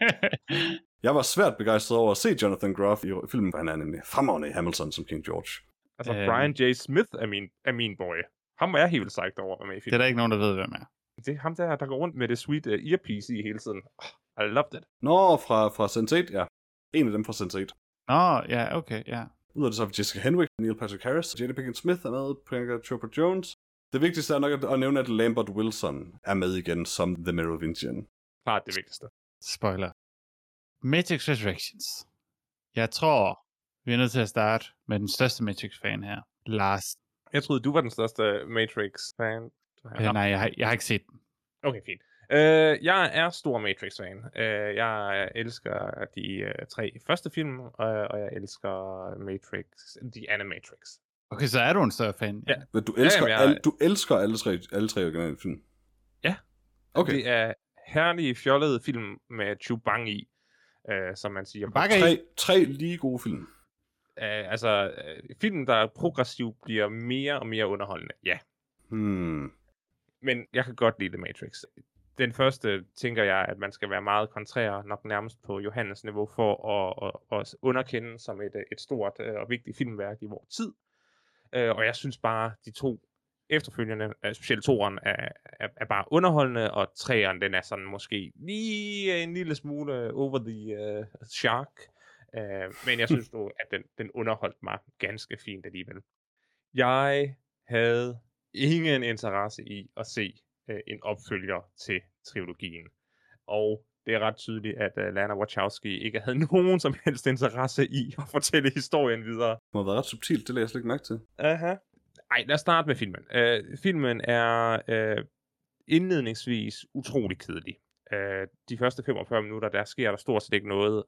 Jeg var svært begejstret over at se Jonathan Groff i filmen, for han er nemlig fremragende i Hamilton som King George. Altså, Brian J. Smith er min boy. Ham var jeg helt psyched over at være med i filmen. Det er der ikke nogen, der ved, hvem er. Det er ham der går rundt med det sweet earpiece i hele tiden. I loved it. Nå, fra Sense8, ja. En af dem fra Sense8. Nå, ja, okay, ja. Udover det så har vi Jessica Henwick, Neil Patrick Harris, Jada Pinkett Smith er med, Priyanka Chopra Jones. Det vigtigste er nok at nævne, at Lambert Wilson er med igen som The Merovingian. Klart det vigtigste. Spoiler. Matrix Resurrections. Jeg tror, vi er nødt til at starte med den største Matrix-fan her. Lars. Jeg troede, du var den største Matrix-fan. Nej, jeg har ikke set den. Okay, fint. Jeg er stor Matrix-fan. Jeg elsker de 3 første film, og jeg elsker Matrix, The Animatrix. Okay, så er du en større fan. Ja. Men du elsker, du elsker alle tre originale film? Ja. Okay. Det er herlige, fjollede film med Chewbang i, som man siger. Tre lige gode film. Filmen, der progressivt bliver mere og mere underholdende. Ja. Men jeg kan godt lide The Matrix. Den første tænker jeg, at man skal være meget kontrær, nok nærmest på Johannes niveau, for at underkende som et stort og vigtigt filmværk i vores tid. Og jeg synes bare, de 2 efterfølgende, specielt 2'eren, er bare underholdende, og 3'eren, den er sådan måske lige en lille smule over the shark. Men jeg synes nu, at den underholdt mig ganske fint alligevel. Jeg havde ingen interesse i at se en opfølger til trilogien. Og det er ret tydeligt, at Lana Wachowski ikke havde nogen som helst interesse i at fortælle historien videre. Det må have været ret subtilt, det lader jeg slet ikke mærke til. Aha. Ej, lad os starte med filmen. Filmen er indledningsvis utrolig kedelig. De første 45 minutter, der sker der stort set ikke noget,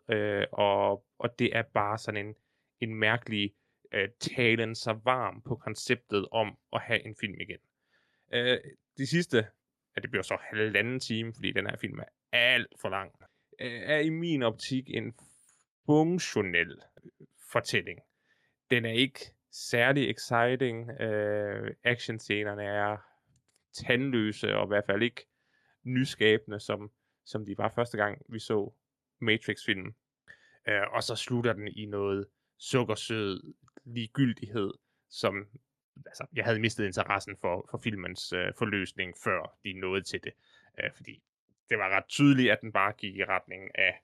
og det er bare sådan en mærkelig talen sig varm på konceptet om at have en film igen. De sidste, det bliver så 1,5 time, fordi den her film er alt for lang, er i min optik en funktionel fortælling. Den er ikke særlig exciting. Actionscenerne er tandløse, og i hvert fald ikke nyskabende, som de var første gang, vi så Matrix-filmen. Og så slutter den i noget sukkersød ligegyldighed, som jeg havde mistet interessen for filmens forløsning, før de nåede til det. Fordi det var ret tydeligt, at den bare gik i retning af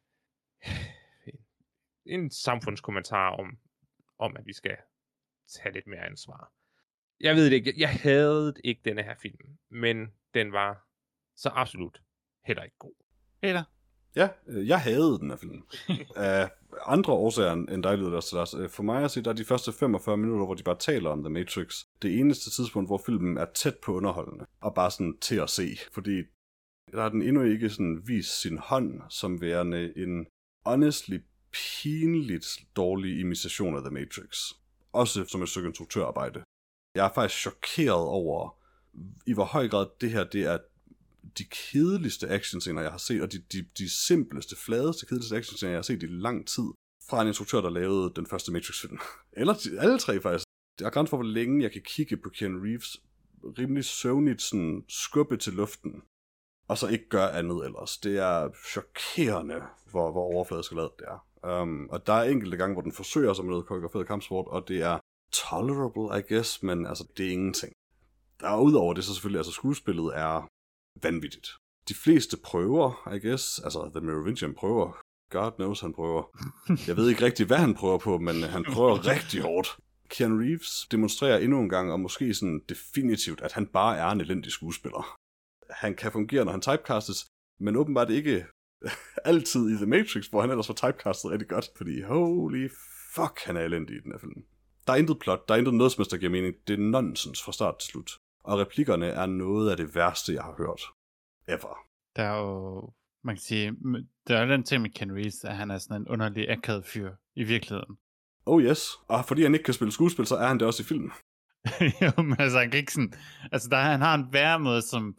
en samfundskommentar om, at vi skal tage lidt mere ansvar. Jeg ved det ikke. Jeg havde ikke denne her film, men den var så absolut heller ikke god. Peter? Ja, jeg hadede den her film. Af andre årsager end dig, Lars. For mig at se, der er de første 45 minutter, hvor de bare taler om The Matrix. Det eneste tidspunkt, hvor filmen er tæt på underholdende. Og bare sådan til at se. Fordi der har den endnu ikke sådan vist sin hånd som værende en honestly pinligt dårlig imitation af The Matrix. Også som et stykke instruktørarbejde. Jeg er faktisk chokeret over, i hvor høj grad det her, det er de kedeligste actionscener, jeg har set, og de simpleste, fladeste, kedeligste actionscener, jeg har set i lang tid, fra en instruktør, der lavede den første Matrix-film. Eller alle tre faktisk. Det er grænser for, hvor længe jeg kan kigge på Keanu Reeves rimelig søvnigt sådan skubbe til luften, og så ikke gøre andet ellers. Det er chokerende, hvor overfladisk lavet det er. Og der er enkelte gange, hvor den forsøger sig med noget koreograferet kampsport, og det er tolerable, I guess, men altså, det er ingenting. Der er udover det så selvfølgelig, altså skuespillet er vanvittigt. De fleste prøver, I guess, altså The Merovingian prøver, God knows han prøver. Jeg ved ikke rigtig, hvad han prøver på, men han prøver rigtig hårdt. Keanu Reeves demonstrerer endnu en gang, og måske sådan definitivt, at han bare er en elendig skuespiller. Han kan fungere, når han typecastes, men åbenbart ikke altid i The Matrix, hvor han ellers var typecastet rigtig godt, fordi holy fuck, han er elendig i den her film. Der er intet plot, der er intet noget, som der giver mening. Det er nonsens fra start til slut. Og replikkerne er noget af det værste, jeg har hørt. Ever. Der er jo, man kan sige, der er den ting med Keanu Reeves, at han er sådan en underlig akavet fyr i virkeligheden. Oh yes. Og fordi han ikke kan spille skuespil, så er han det også i filmen. Jo, men altså han kan ikke sådan, altså han har en væremåde, som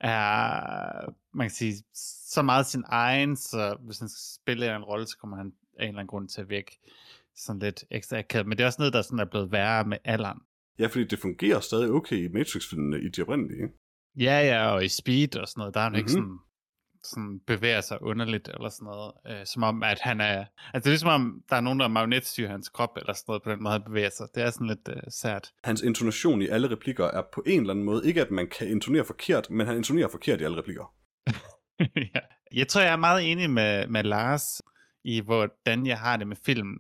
er, man kan sige, så meget sin egen, så hvis han skal spille en rolle, så kommer han af en eller anden grund til at virke sådan lidt ekstra akavet. Men det er også noget, der sådan er blevet værre med alderen. Ja, fordi det fungerer stadig okay i Matrix-filmene i de oprindelige. Ja, og i Speed og sådan noget, der er han ikke sådan bevæger sig underligt eller sådan noget. Som om, at han er, altså det er ligesom om, der er nogen, der marionetstyrer hans krop eller sådan noget, på den måde, han bevæger sig. Det er sådan lidt sært. Hans intonation i alle replikker er på en eller anden måde, ikke at man kan intonere forkert, men han intonerer forkert i alle replikker. Ja. Jeg tror, jeg er meget enig med Lars i, hvordan jeg har det med film.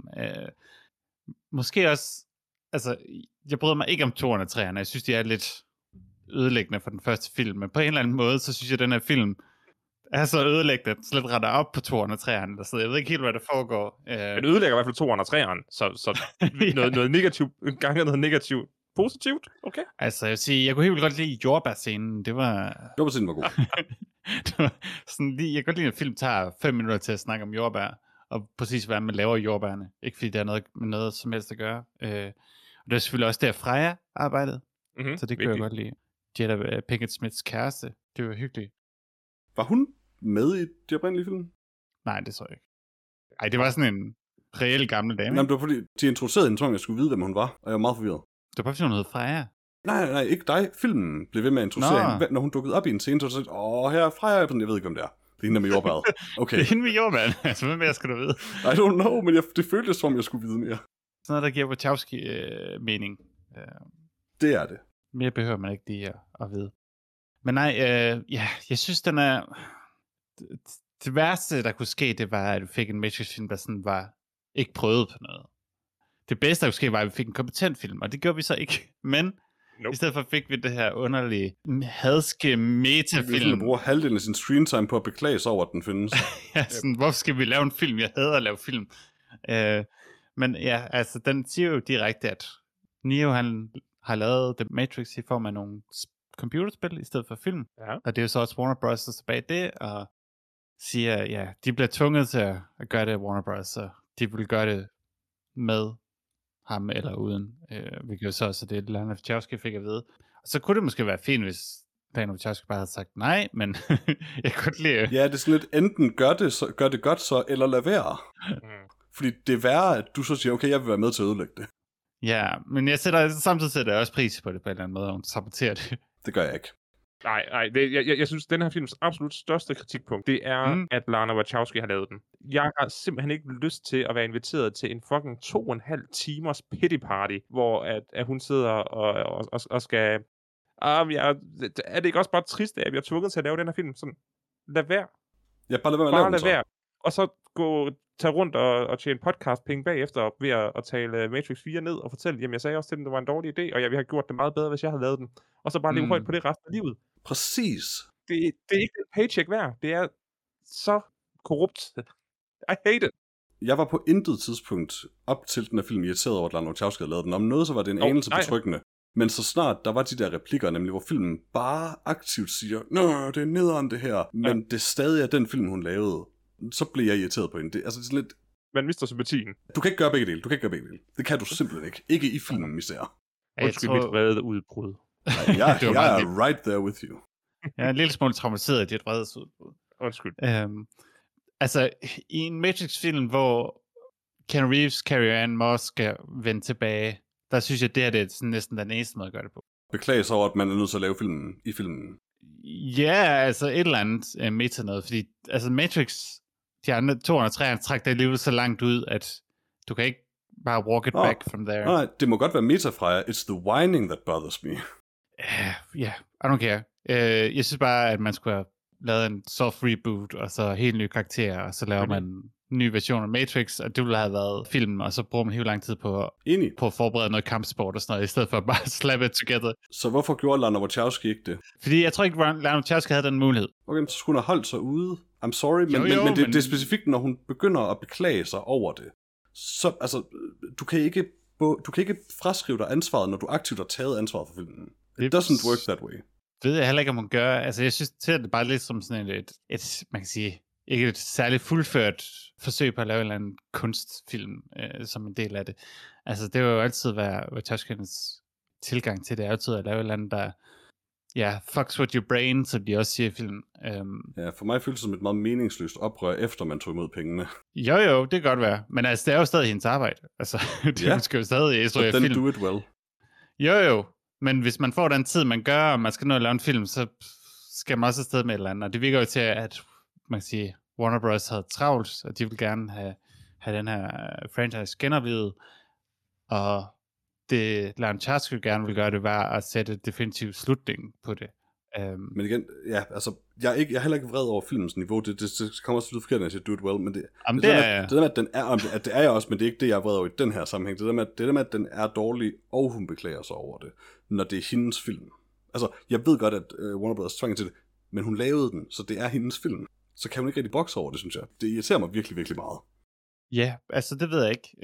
Måske også, altså, jeg bryder mig ikke om 2'erne og 3'erne. Jeg synes, de er lidt ødelæggende for den første film. Men på en eller anden måde, så synes jeg, at den her film er så ødelæggende, at den slet retter op på 2'erne og 3'erne. Så jeg ved ikke helt, hvad der foregår. Den ødelægger i hvert fald 2'erne og 3'erne. Så noget negativt, gange noget negativt. Positivt, okay. Altså, jeg vil sige, jeg kunne helt vildt godt lide jordbærscenen. Jordbærscenen var god. Det var sådan lige, jeg kan godt lide, at film tager 5 minutter til at snakke om jordbær. Og præcis hvad man laver i jordbærne. Ikke fordi det er noget med noget som helst at gøre. Og det er selvfølgelig også der Freja arbejdede. Mm-hmm, så det kunne jeg godt lide. Jada Pinkett Smiths kæreste. Det var hyggeligt. Var hun med i de oprindelige film? Nej, det tror jeg ikke. Ej, det var sådan en reel gammel dame. Nej, det var fordi, de introducerede hende, tror jeg skulle vide, hvem hun var. Og jeg var meget forvirret. Det var bare fordi, hun hed Freja. Nej, ikke dig. Filmen blev ved med at introducere hende. Når hun dukkede op i en scene, så sagde her er Freja. Jeg ved ikke, om det er. Det er hende med jordbæret. Okay. Det er hende med jordbæret. Altså, hvad mere skal du vide? I don't know, men det føltes som, jeg skulle vide mere. Sådan noget, der giver Wachowski mening. Det er det. Mere behøver man ikke lige at vide. Men nej, jeg synes, den er... Det værste, der kunne ske, det var, at vi fik en Matrix-film, der sådan var ikke prøvet på noget. Det bedste, der kunne ske, var, at vi fik en kompetent film, og det gjorde vi så ikke. Men i stedet for fik vi det her underlige, hadske metafilm. Vi bruger halvdelen af sin screentime på at beklage sig over, at den findes. Ja, sådan, hvorfor skal vi lave en film? Jeg hader at lave film. Men ja, altså, den siger jo direkte, at Neo, han har lavet The Matrix i form af nogle computerspil i stedet for film. Ja. Og det er jo så også Warner Bros. Tilbage det, og siger, ja, de bliver tvunget til at gøre det Warner Bros., så de vil gøre det med ham eller uden. Vi kan jo så det Lana Wachowski fik at vide. Og så kunne det måske være fint, hvis Lana Wachowski bare havde sagt nej, men jeg kunne godt lide. Ja, det er sådan lidt, enten gør det godt så, eller lad være. Fordi det er værre, at du så siger, okay, jeg vil være med til at ødelægge det. Ja, men samtidig sætter jeg også pris på det på en eller anden måde, og hun saboterer det. Det gør jeg ikke. Nej, jeg synes, den her films absolut største kritikpunkt, det er, at Lana Wachowski har lavet den. Jeg har simpelthen ikke lyst til at være inviteret til en fucking 2,5 timers pity party, hvor at hun sidder og skal... er det ikke også bare trist, at vi er tvunget til at lave den her film? Sådan, lad være. Ja, bare lad være med at lave den så. Være. Og så tage rundt og tjene podcastpenge bagefter ved at tale Matrix 4 ned og fortælle, jamen jeg sagde også til dem, det var en dårlig idé, og jeg ville have gjort det meget bedre, hvis jeg havde lavet den. Og så bare leve højt på det resten af livet. Præcis. det er ikke en paycheck værd. Det er så korrupt. I hate it. Jeg var på intet tidspunkt op til den her film irriteret over, at Lana Wachowski havde lavet den. Om noget, så var det en anelse betryggende. Men så snart der var de der replikker, nemlig hvor filmen bare aktivt siger, nå, det er nederen det her, men det stadig er den film, hun lavede, så blev jeg irriteret på hende. Det er sådan lidt... Man mister sympatien. Du kan ikke gøre begge dele. Det kan du simpelthen ikke. Ikke i filmen, især. Undskyld mit vrede udbrud. Nej, jeg er right there with you. Jeg er en lille smule traumatiseret af dit vredesudbrud. Undskyld. Altså, i en Matrix-film, hvor Keanu Reeves, Carrie-Anne Moss skal vende tilbage, der synes jeg, det er sådan næsten den eneste måde at gøre det på. Beklages over, at man er nødt til at lave filmen i filmen. Ja, altså et eller andet meta noget, fordi altså Matrix, de andre 203 trækker det alligevel så langt ud, at du kan ikke bare walk it back from there. Nej, det må godt være meta fra jer. It's the whining that bothers me. Ja, I don't care. Jeg synes bare, at man skulle have lavet en soft reboot, og så helt nye karakterer, og så laver man en ny version af Matrix, og det ville have været filmen, og så bruger man helt lang tid på at forberede noget kampsport og sådan noget, i stedet for at bare slap it together. Så hvorfor gjorde Lana Wachowski ikke det? Fordi jeg tror ikke, Lana Wachowski havde den mulighed. Okay, så skulle hun have holdt sig ude. I'm sorry, men det er specifikt, når hun begynder at beklage sig over det. Så, altså, du kan ikke fraskrive dig ansvaret, når du aktivt har taget ansvaret for filmen. It doesn't work that way. Ved jeg heller ikke, om hun gør. Altså, jeg synes, det bare lidt som sådan et man kan sige, ikke et særligt fuldført forsøg på at lave en eller anden kunstfilm som en del af det. Altså, det vil jo altid være Wachowskis tilgang til det, er altid at lave et eller andet, der fucks with your brain, som de også siger i filmen. Ja, for mig føles det som et meget meningsløst oprør, efter man tog imod pengene. Jo, det kan godt være. Men altså, det er jo stadig hendes arbejde. Altså, det skal jo stadig instruere film. Then do it well. Jo. Men hvis man får den tid, man gør, og man skal nå at lave en film, så skal man også afsted med et eller andet. Og det virker jo til, at man kan sige, Warner Bros. Havde travlt, og de vil gerne have den her franchise genoplivet. Og det Lana Wachowski gerne vil gøre, det var at sætte definitiv slutning på det. Men igen, ja, altså, jeg er heller ikke vred over filmens niveau. Det kommer også forkert, når jeg siger do it well, men det der med, at den er, at det er jeg også, men det er ikke det, jeg er vred over i den her sammenhæng. Det der med, at den er dårlig, og hun beklager sig over det, når det er hendes film. Altså, jeg ved godt, at Warner Bros. Tvang til det, men hun lavede den, så det er hendes film. Så kan hun ikke rigtig bokse over det, synes jeg. Det irriterer mig virkelig, virkelig meget. Ja, altså, det ved jeg ikke.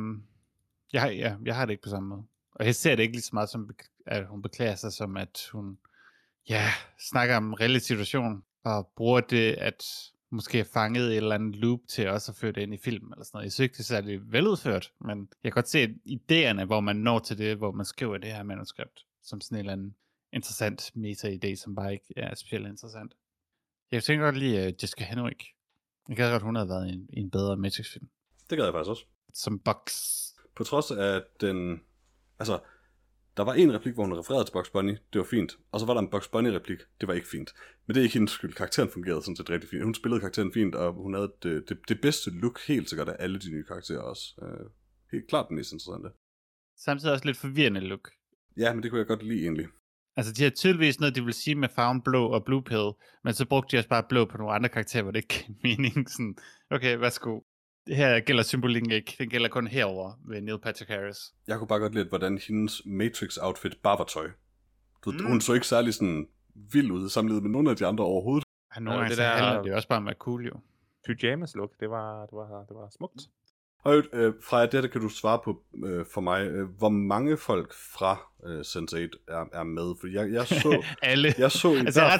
Jeg har det ikke på samme måde. Og jeg ser det ikke lige så meget, som at hun beklager sig, som at hun snakker om en reel situation, og bruger det, at måske er fanget et eller andet loop til også at føre det ind i film, eller sådan noget. Jeg synes ikke, det er særlig veludført, men jeg kan godt se idéerne, hvor man når til det, hvor man skriver det her manuskript, som sådan en eller anden interessant meta-idé, som bare ikke er specielt interessant. Jeg tænker godt lige Jessica Henwick. Jeg gad godt, hun havde været i en bedre Matrix-film. Det gad jeg faktisk også. Som Bugs. På trods af den... Altså, der var en replik, hvor hun refererede til Bugs Bunny. Det var fint. Og så var der en Bugs Bunny-replik. Det var ikke fint. Men det er ikke hendes skyld. Karakteren fungerede sådan set rigtig fint. Hun spillede karakteren fint, og hun havde det bedste look helt sikkert af alle de nye karakterer også. Helt klart den mest interessante. Samtidig også lidt forvirrende look. Ja, men det kunne jeg godt lide egentlig. Altså, de har tydeligvis noget, de vil sige med farven blå og blue pill, men så brugte de også bare blå på nogle andre karakterer, hvor det ikke giver mening. Sådan, okay, værsgo. Det her gælder symbolikken ikke. Den gælder kun herover ved Neil Patrick Harris. Jeg kunne bare godt lide, hvordan hendes Matrix-outfit bare var tøj. Hun så ikke særlig sådan vild ud sammenlignet med nogle af de andre overhovedet. Ja, nogle gange det handler det også bare om at cool, jo. Pyjamas look, det var smukt. Og fra det kan du svare på for mig, hvor mange folk fra Sense8 er med? For jeg så alle. Jeg så i hvert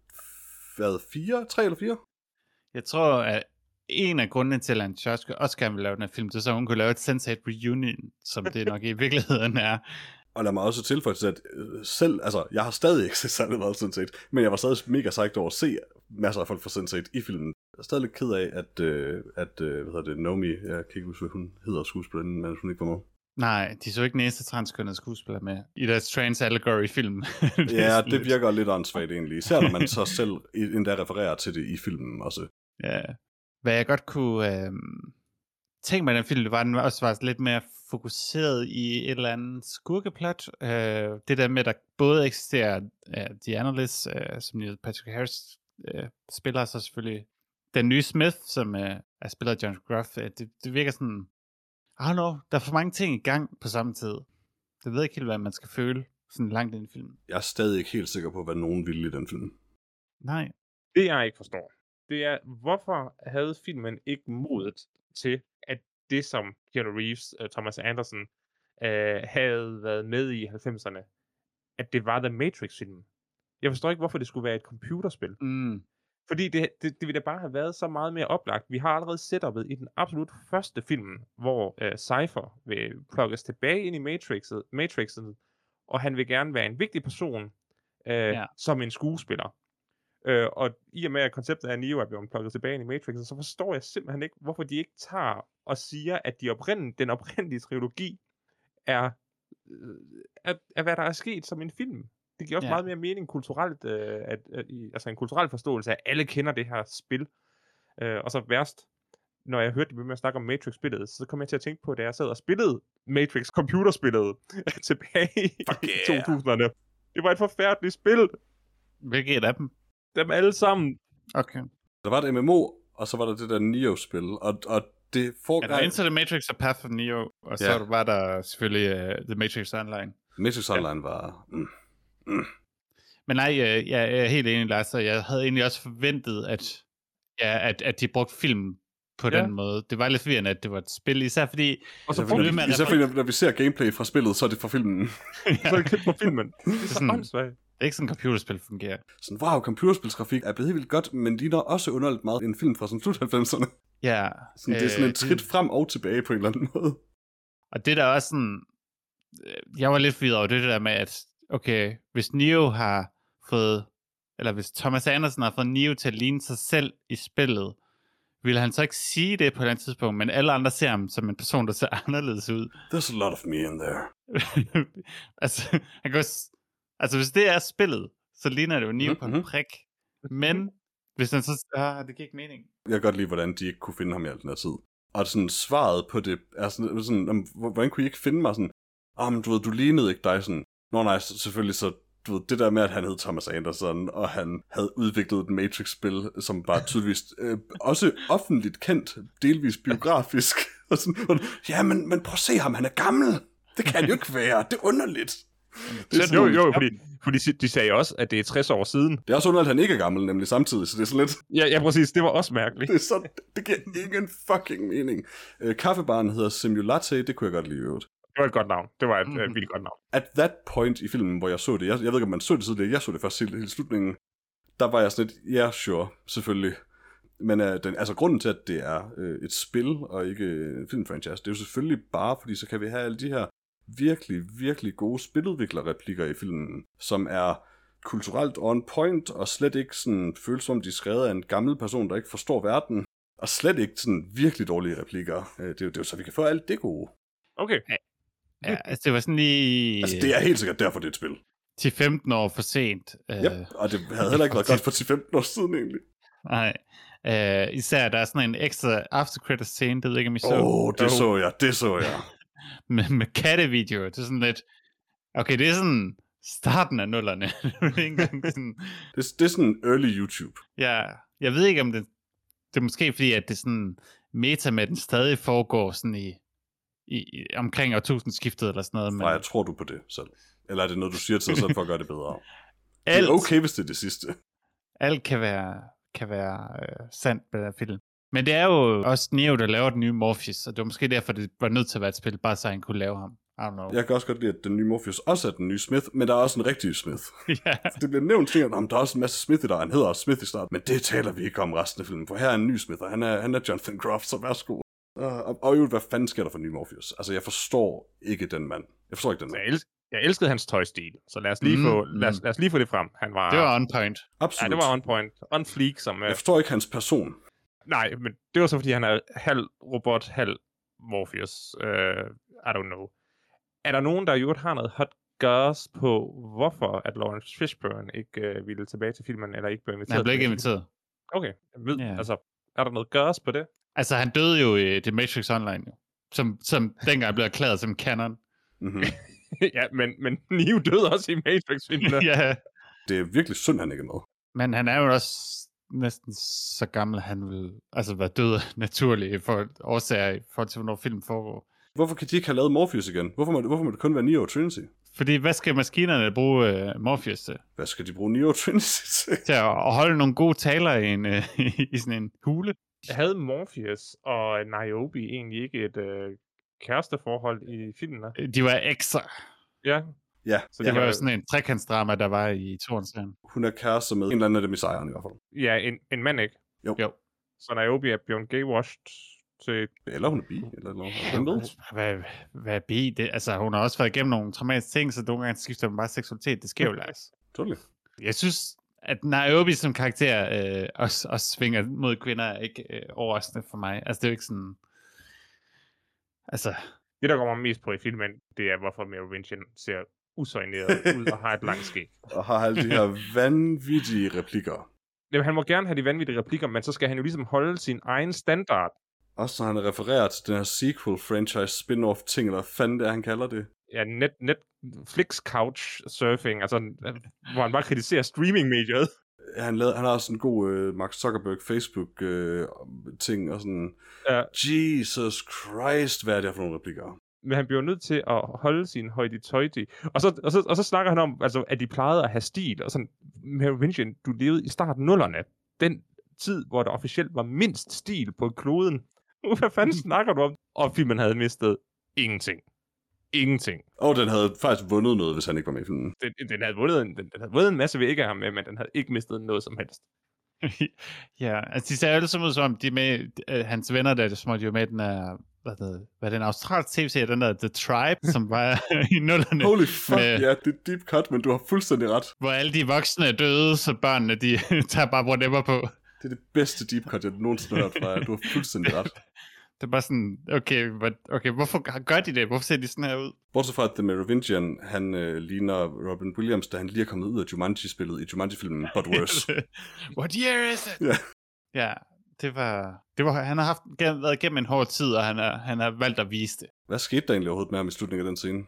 fald 3 eller 4? Jeg tror, at en af grundene til, at Lana Wachowski også gerne vil lave den her film, det er så, hun kunne lave et Sense8 reunion, som det nok i virkeligheden er. Og lad mig også tilføje til, at selv, altså, jeg har stadig ikke set særlig meget Sense8, men jeg var stadig mega psyched over at se masser af folk fra Sense8 i filmen. Jeg er stadig lidt ked af, at Naomi, jeg kan ikke huske, hvad hun hedder skuespilleren, men hun ikke var med. Nej, de så ikke den eneste transkønnede skuespiller med i deres trans-allegory-film. Ja, det virker lidt åndssvagt egentlig, især når man så selv endda refererer til det i filmen også. Ja. Hvad jeg godt kunne tænke mig i den film, det var, at den også var lidt mere fokuseret i et eller andet skurkeplot. Det der med, at der både eksisterer The Analyst, som Neil Patrick Harris spiller, så selvfølgelig den nye Smith, som er spillet af John Gruff. Det virker sådan, I don't know, der er for mange ting i gang på samme tid. Jeg ved ikke helt, hvad man skal føle sådan langt ind i filmen. Jeg er stadig ikke helt sikker på, hvad nogen ville i den film. Nej. Det jeg ikke forstår, det er, hvorfor havde filmen ikke modet til, at det som Keanu Reeves, Thomas Anderson, havde været med i 90'erne, at det var The Matrix-filmen. Jeg forstår ikke, hvorfor det skulle være et computerspil. Mm. Fordi det ville da bare have været så meget mere oplagt. Vi har allerede setupet i den absolut første film, hvor Cypher vil plukkes tilbage ind i Matrixet, og han vil gerne være en vigtig person som en skuespiller. Og i og med, at konceptet af Neo er blevet plukket tilbage ind i Matrixet, så forstår jeg simpelthen ikke, hvorfor de ikke tager og siger, at den oprindelige trilogi er hvad der er sket som en film. Det giver også meget mere mening kulturelt, altså en kulturel forståelse af, at alle kender det her spil. Og så værst, når jeg hørte dem med at snakke om Matrix-spillet, så kom jeg til at tænke på, da jeg sad og spillede Matrix-computerspillet tilbage i 2000'erne. Det var et forfærdeligt spil. Hvilket af dem? Dem alle sammen. Okay. Der var et MMO, og så var der det der Neo-spil, og det foregår... Der Into the Matrix og Path of Neo, og så var der selvfølgelig The Matrix Online. Matrix Online var... Men nej, jeg er helt enig, Lars, og jeg havde egentlig også forventet, at de brugte film på den måde. Det var lidt forvirrende, at det var et spil, især fordi... Og så fordi, når vi ser gameplay fra spillet, så er det fra filmen. Så er det klip fra filmen. Det er så åndssvagt. Det er ikke sådan, computerspil fungerer. Sådan, wow, computerspilsgrafik er blevet helt vildt godt, men ligner også underligt meget en film fra sådan slut 90'erne. Ja. Sådan, det er sådan et skridt frem og tilbage på en eller anden måde. Og det der også sådan... Jeg var lidt forvirret over det der med, at okay, hvis Neo har fået... Eller hvis Thomas Anderson har fået Neo til at ligne sig selv i spillet, ville han så ikke sige det på et andet tidspunkt, men alle andre ser ham som en person, der ser anderledes ud. There's a lot of me in there. Altså, hvis det er spillet, så ligner det jo Neo på en prik. Men hvis han så... det giver ikke mening. Jeg kan godt lide, hvordan de ikke kunne finde ham i al den her tid. Og sådan svaret på det er sådan hvordan kunne I ikke finde mig sådan, men du ved, du lignede ikke dig sådan. Nå nej, selvfølgelig så, du ved, det der med, at han hed Thomas Anderson, og han havde udviklet et Matrix-spil, som var tydeligvis også offentligt kendt, delvis biografisk. Og sådan, ja, men prøv at se ham, han er gammel. Det kan jo ikke være, det er underligt. Fordi de sagde også, at det er 60 år siden. Det er også underligt, at han ikke er gammel, nemlig samtidig, så det er sådan lidt... Ja, præcis, det var også mærkeligt. Det giver ingen fucking mening. Kaffebaren hedder Simulatte, det kunne jeg godt lide i øvrigt. Det var et godt navn. Det var et vildt godt navn. At that point i filmen, hvor jeg så det, jeg ved ikke, om man så det tidligere, jeg så det først hele slutningen, der var jeg sådan lidt, sure, selvfølgelig. Men grunden til, at det er et spil, og ikke en filmfranchise, det er jo selvfølgelig bare, fordi så kan vi have alle de her virkelig, virkelig gode spiludviklerreplikker i filmen, som er kulturelt on point, og slet ikke sådan føles som de er skrevet af en gammel person, der ikke forstår verden, og slet ikke sådan virkelig dårlige replikker. Det er jo så, vi kan få alt det gode. Okay. Ja, altså det var sådan lige... Altså det er helt sikkert derfor, det er et spil. 10-15 år for sent. Og det havde heller ikke været godt for 10-15 år siden egentlig. Nej. Især der er sådan en ekstra after credit scene, det ved ikke om I så. Det så jeg. med kattevideoer, det er sådan lidt... Okay, det er sådan starten af nullerne. Det er sådan early YouTube. Ja, jeg ved ikke om det er måske fordi, at det er sådan meta med den stadig foregår sådan i omkring årtusindskiftet eller sådan noget. Men... Nej, tror du på det selv? Eller er det noget, du siger til dig selv for at gøre det bedre? Alt, det er okay, hvis det er det sidste. Alt kan være sandt med den film. Men det er jo også Neo, der laver den nye Morpheus, og det var måske derfor, det var nødt til at være et spil, bare så han kunne lave ham. I don't know. Jeg kan også godt lide, at den nye Morpheus også er den nye Smith, men der er også en rigtig Smith. Ja. Det bliver nævnt ting om, der er også en masse Smith i der, han hedder også Smith i starten, men det taler vi ikke om resten af filmen, for her er en ny Smith, og han er Jonathan Groff, så værsgo. Og hvad fanden sker der for en ny Morpheus? Altså, jeg forstår ikke den mand. Jeg forstår ikke den mand. Jeg elskede hans tøjstil, så lad os lige få det frem. Det var on point. Absolut. Ja, det var on point. On fleek, som... Jeg forstår ikke hans person. Nej, men det var så, fordi han er halv robot, halv Morpheus. I don't know. Er der nogen, der jo har noget hot gas på, hvorfor at Lawrence Fishburne ikke ville tilbage til filmen, eller ikke blev inviteret? Han blev ikke inviteret. Okay, altså, er der noget gas på det? Altså, han døde jo i The Matrix Online, jo. Som dengang blev erklæret som canon. Mm-hmm. Ja, men Neo døde også i Matrix-filmene. Ja. Det er virkelig synd, han ikke er med. Men han er jo også næsten så gammel, han vil altså være død naturlig for årsager i forhold til, hvornår filmen foregår. Hvorfor kan de ikke have lavet Morpheus igen? Hvorfor må det kun være Neo og Trinity? Fordi hvad skal maskinerne bruge Morpheus til? Hvad skal de bruge Neo Trinity til? Til at holde nogle gode taler i, i sådan en hule? Havde Morpheus og Niobe egentlig ikke et kæresteforhold i filmen? De var ekstra. Ja. Ja, Så Det ja. var jo sådan en trekantsdrama, der var i Tornserien. hun er kærester med en eller anden af dem i sejren i hvert fald. Ja, en mand, ikke? Jo. Så Niobe er blevet gaywashed til... Eller hun er bi, eller noget. Hvem ved? Hvad er bi? Det, altså, hun har også været igennem nogle traumatiske ting, så nogle gange skifter man bare seksualitet. Det sker jo, Lars. Totally. Jeg synes, at Niobe som karakter også svinger mod kvinder, er ikke overraskende for mig. Altså, det er jo ikke sådan... Altså... Det, der kommer mest på i filmen, det er, hvorfor Merovingian ser usøjneret ud og har et langt skæg. Og har alle de her vanvittige replikker. Jamen, han må gerne have de vanvittige replikker, men så skal han jo ligesom holde sin egen standard. Også når han refererer til den her sequel-franchise spin-off ting, eller hvad fanden det er, han kalder det. Ja, Netflix couch surfing, altså, hvor han bare kritiserer streaming-mediet. Han har også en god Mark Zuckerberg Facebook-ting, og sådan, Jesus Christ, hvad er det her for nogle replikker? Men han bliver nødt til at holde sin højde-tøjde. Og så snakker han om, altså, at de plejede at have stil, og sådan, Merovingian, du levede i starten 0'erne. Den tid, hvor der officielt var mindst stil på kloden. Hvad fanden snakker du om? Og filmen havde mistet ingenting. Ingenting. Og den havde faktisk vundet noget, hvis han ikke var med i filmen. Den havde vundet en masse ved ikke at have med, men den havde ikke mistet noget som helst. Ja, altså de ser alle sammen ud som om, de er med, hans venner der, som de var med i den her, hvad er den australske tv-serie, den der The Tribe, som var i nullerne. Holy fuck, ja, det er deep cut, men du har fuldstændig ret. Hvor alle de voksne er døde, så børnene, de tager bare whatever på. Det er det bedste deep cut, jeg nogensinde har hørt fra jer. Du har fuldstændig ret. Det er bare sådan, okay, hvorfor gør de det? Hvorfor ser de sådan her ud? Bortset fra, at The Merovingian, han ligner Robin Williams, da han lige er kommet ud af Jumanji-spillet i Jumanji-filmen, but worse. What year is it? Ja. Ja, det var han har været igennem en hård tid, og han har valgt at vise det. Hvad skete der egentlig overhovedet med ham i slutningen af den scene?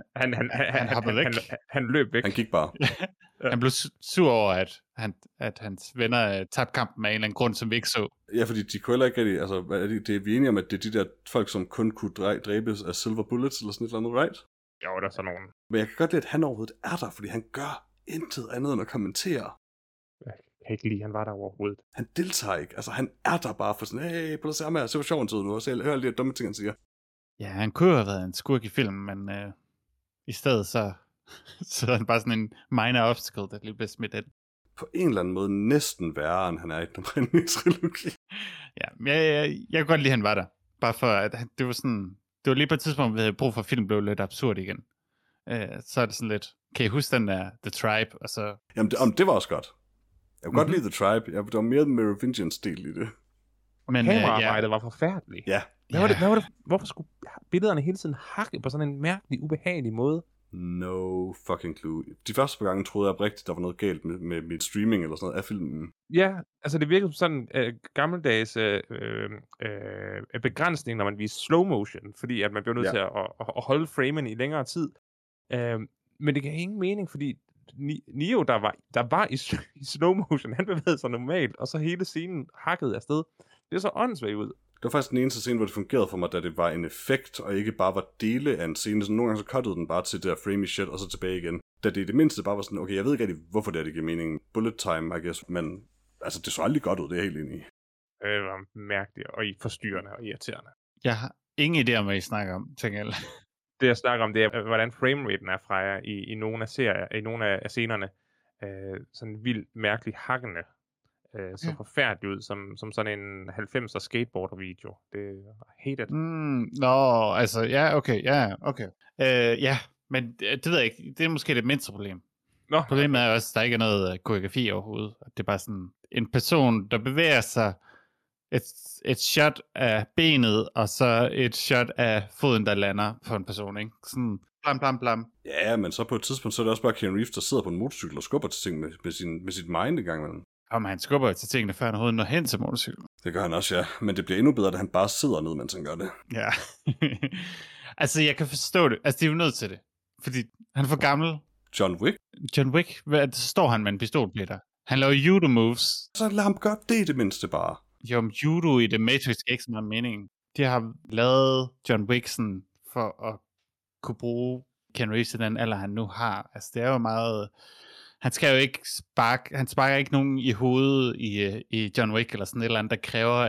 Han hoppede væk. Han løb væk. Han gik bare. Han blev sur over, at hans venner tabte kampen af en eller anden grund, som vi ikke så. Ja, fordi de kunne heller ikke rigtig, altså, det er vi enige om, at det er de der folk, som kun kunne dræbes af silver bullets, eller sådan et eller andet, right? Jo, der er sådan nogen. Men jeg kan godt lide, at han overhovedet er der, fordi han gør intet andet end at kommentere. Jeg kan ikke lide, han var der overhovedet. Han deltager ikke, altså han er der bare for sådan, hey, prøv at se ham her, se hvor sjov han sidder nu, og hør alle de her dumme ting, han siger. Ja, han kunne jo have været en skurk i filmen, men i stedet så er han bare sådan en minor obstacle, der lige bliver smidt ind. På en eller anden måde næsten værre, end han er i den oprindelige trilogi. Ja, jeg kan godt lide, at han var der. Bare for, at det var sådan... Det var lige på et tidspunkt, vi havde brug for, at film blev lidt absurd igen. Så er det sådan lidt... Kan I huske den der The Tribe? Og så... Jamen, det var også godt. Jeg kunne godt lide The Tribe. Der var mere Merovingian stil i det. Men kameraarbejdet var forfærdeligt. Ja. Hvad var det? Hvorfor skulle billederne hele tiden hakke på sådan en mærkelig, ubehagelig måde? No fucking clue. De første par gange troede jeg oprigtigt, der var noget galt med mit streaming eller sådan noget af filmen. Ja, altså det virkede som sådan gammeldags begrænsning, når man viser slow motion, fordi at man bliver nødt til at holde framen i længere tid. Men det gav ingen mening, fordi Neo, der var i slow motion, han bevægede sig normalt, og så hele scenen hakkede afsted. Det er så åndssvagt ud. Det var faktisk den eneste scene, hvor det fungerede for mig, da det var en effekt, og ikke bare var dele af en scene. Så nogle gange så cuttede den bare til det der framey shit, og så tilbage igen. Da det i det mindste bare var sådan, okay, jeg ved ikke rigtig, hvorfor det giver mening. Bullet time, I guess, men altså, det så aldrig godt ud, det er jeg helt enig i. Det var mærkeligt, og forstyrrende og irriterende. Jeg har ingen idé om, hvad I snakker om, tænker jeg. Det jeg snakker om, det er, hvordan frameraten er fra jer i nogle af serier, i nogle af scenerne. Sådan vildt mærkeligt hakkende. Så forfærdeligt ud, som sådan en 90'er skateboarder-video. Det hate it. Altså, ja, okay. Ja, men det ved jeg ikke. Det er måske det mindste problem. Problemet er også, at der ikke er noget koreografi overhovedet. Det er bare sådan en person, der bevæger sig et shot af benet, og så et shot af foden, der lander på en person, ikke? Sådan blam, blam, blam. Ja, men så på et tidspunkt, så er det også bare Keanu Reeves, der sidder på en motorcykel og skubber til ting med sit mind en gang imellem. Om han skubber til tingene, før han overhovedet når hen til motorcyklen. Det gør han også, ja. Men det bliver endnu bedre, da han bare sidder ned, mens han gør det. Ja. Altså, jeg kan forstå det. Altså, de er jo nødt til det. Fordi han er for gammel. John Wick? Så står han med en pistol, Peter. Han laver judo moves. Så lad ham gøre det i det mindste bare. Jo, men judo i The Matrix er ikke så meget mening. De har lavet John Wick sådan for at kunne bruge Ken Reeves i den alder, han nu har. Altså, det er jo meget... Han sparker ikke nogen i hovedet i John Wick, eller sådan et eller andet, der kræver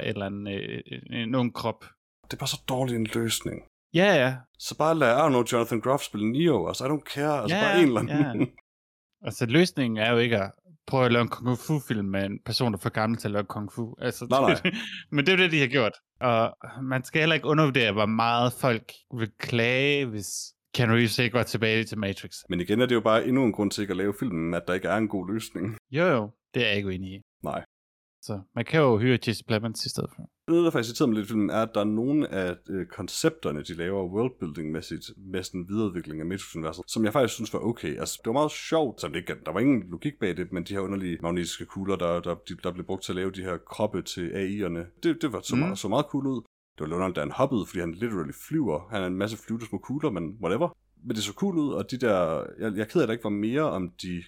en ung krop. Det er bare så dårlig en løsning. Ja. Så bare lad Jonathan Groff spille Neo, altså I don't care, altså bare en eller anden. Ja. Altså, løsningen er jo ikke at prøve at lave en kung fu-film med en person, der er for gammel til at lave kung fu. Altså, Nej. Men det er jo det, de har gjort. Og man skal heller ikke undervurdere, hvor meget folk vil klage, hvis Keanu Reeves ikke var tilbage til Matrix. Men igen er det jo bare endnu en grund til ikke at lave filmen, at der ikke er en god løsning. Jo, det er jeg ikke uenig i. Nej. Så man kan jo hyre Jesse Plemons i stedet for. Noget, der faktisk irriterer mig lidt i filmen, er, at der er nogle af koncepterne, de laver worldbuilding-mæssigt, med sådan en videreudvikling af Matrix-universet, som jeg faktisk synes var okay. Altså, det var meget sjovt, så der var ingen logik bag det, men de her underlige magnetiske kugler, der blev brugt til at lave de her kroppe til AI'erne, det var så meget cool ud. Det var lidt underligt, da han hoppede, fordi han literally flyver. Han er en masse flyvende små kugler, men whatever. Men det så cool ud, og de der... Jeg er ked af, at der ikke var mere om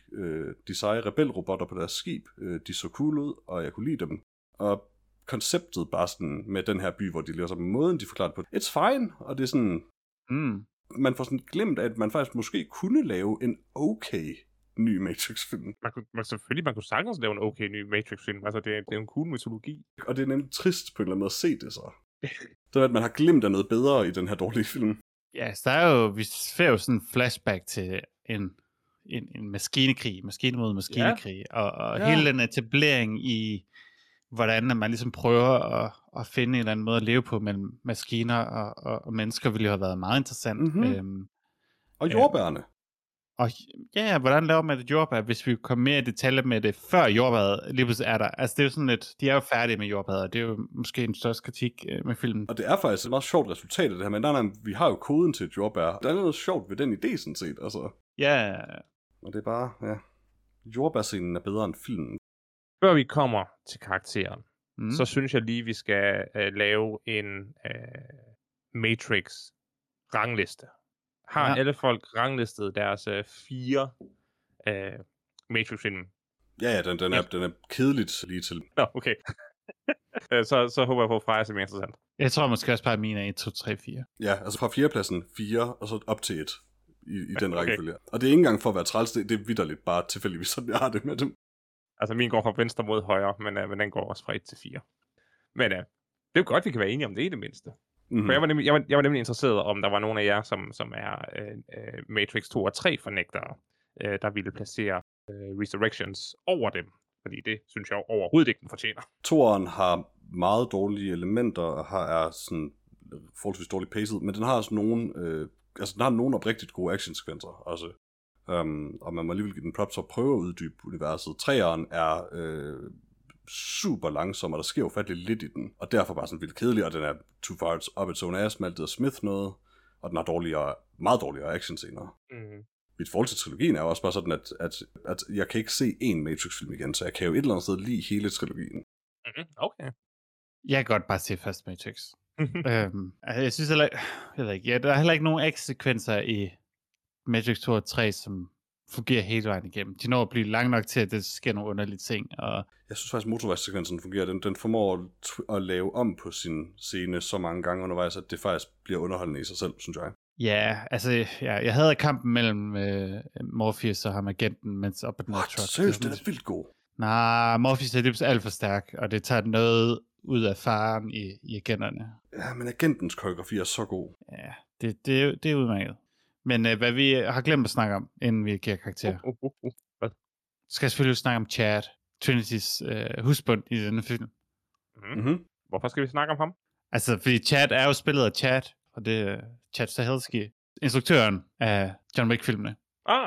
de seje rebelrobotter på deres skib. De så cool ud, og jeg kunne lide dem. Og konceptet bare sådan med den her by, hvor de lever sammen, måden de forklarer det på. It's fine, og det er sådan... Man får sådan glemt, at man faktisk måske kunne lave en okay ny Matrix-film. Man kunne sagtens lave en okay ny Matrix-film. Altså, det er en cool mytologi. Og det er nemlig trist på en eller anden måde at se det så. Det er, at man har glemt af noget bedre i den her dårlige film. Ja, så der er jo, vi får jo sådan en flashback til en maskinekrig, maskine mod maskinekrig, og hele den etablering i, hvordan man ligesom prøver at finde en eller anden måde at leve på mellem maskiner og mennesker, ville jo have været meget interessant. Og jordbærne. Og ja, hvordan laver man det jordbær, hvis vi kommer mere i detaljer med det, før jordbæret lige pludselig er der? Altså det er jo sådan lidt, de er jo færdige med jordbæret, og det er jo måske en største kritik med filmen. Og det er faktisk et meget sjovt resultat af det her, men nej, vi har jo koden til et jordbær. Der er noget sjovt ved den idé, sådan set, altså. Ja. Og det er bare, jordbærscenen er bedre end filmen. Før vi kommer til karakteren, så synes jeg lige, vi skal lave en Matrix-rangliste. Har alle folk ranglistet deres 4 Matrix-film? Ja, den er kedeligt lige til. Nå, okay. så håber jeg på, at Freja er mere interessant. Jeg tror måske også bare, at min er 1, 2, 3, 4. Ja, altså fra 4. pladsen 4, og så op til 1 i den rækkefølge. Og det er ikke engang for at være træls, det er vitterligt bare tilfældigvis, sådan jeg har det med dem. Altså min går fra venstre mod højre, men den går også fra 1 til 4. Men det er jo godt, vi kan være enige om det i det mindste. For jeg var nemlig interesseret, om der var nogen af jer, som er Matrix 2 og 3 fornægtere, der ville placere Resurrections over dem. Fordi det synes jeg overhovedet ikke, den fortjener. Toren har meget dårlige elementer, og er sådan forholdsvis dårligt paced, men den har også nogle oprigtigt gode actionsekvenser også. Og man må alligevel give den props at prøve at uddybe universet. 3'eren er super langsom, og der sker ufattelig lidt i den, og derfor bare sådan vildt kedelig, og den er too far up its own ass, med alt det Smith noget, og den har meget dårligere actionscener. Mit forhold til trilogien er jo også bare sådan, at jeg kan ikke se en Matrix-film igen, så jeg kan jo et eller andet sted lide hele trilogien. Okay. Jeg kan godt bare se først Matrix. Jeg synes heller ikke, der er heller ikke nogen actionsekvenser i Matrix 2 og 3, som fungerer hele vejen igennem. De når at blive lang nok til, at det sker nogle underlige ting. Og jeg synes faktisk, motorvejssekvensen fungerer. Den formår at lave om på sin scene så mange gange undervejs, at det faktisk bliver underholdende i sig selv, synes jeg. Ja, altså, jeg havde kampen mellem Morpheus og ham agenten, mens op på den her truck. Seriøst, den er vildt god. Nej, Morpheus er lidt alt for stærk, og det tager noget ud af faren i agenterne. Ja, men agentens koreografi er så god. Ja, det er udmærket. Men hvad vi har glemt at snakke om, inden vi giver karakter. Skal jeg selvfølgelig snakke om Chad, Trinitys husbund i denne film. Hvorfor skal vi snakke om ham? Altså, fordi Chad er jo spillet af Chad, og det er Chad Stahelski, instruktøren af John Wick-filmene.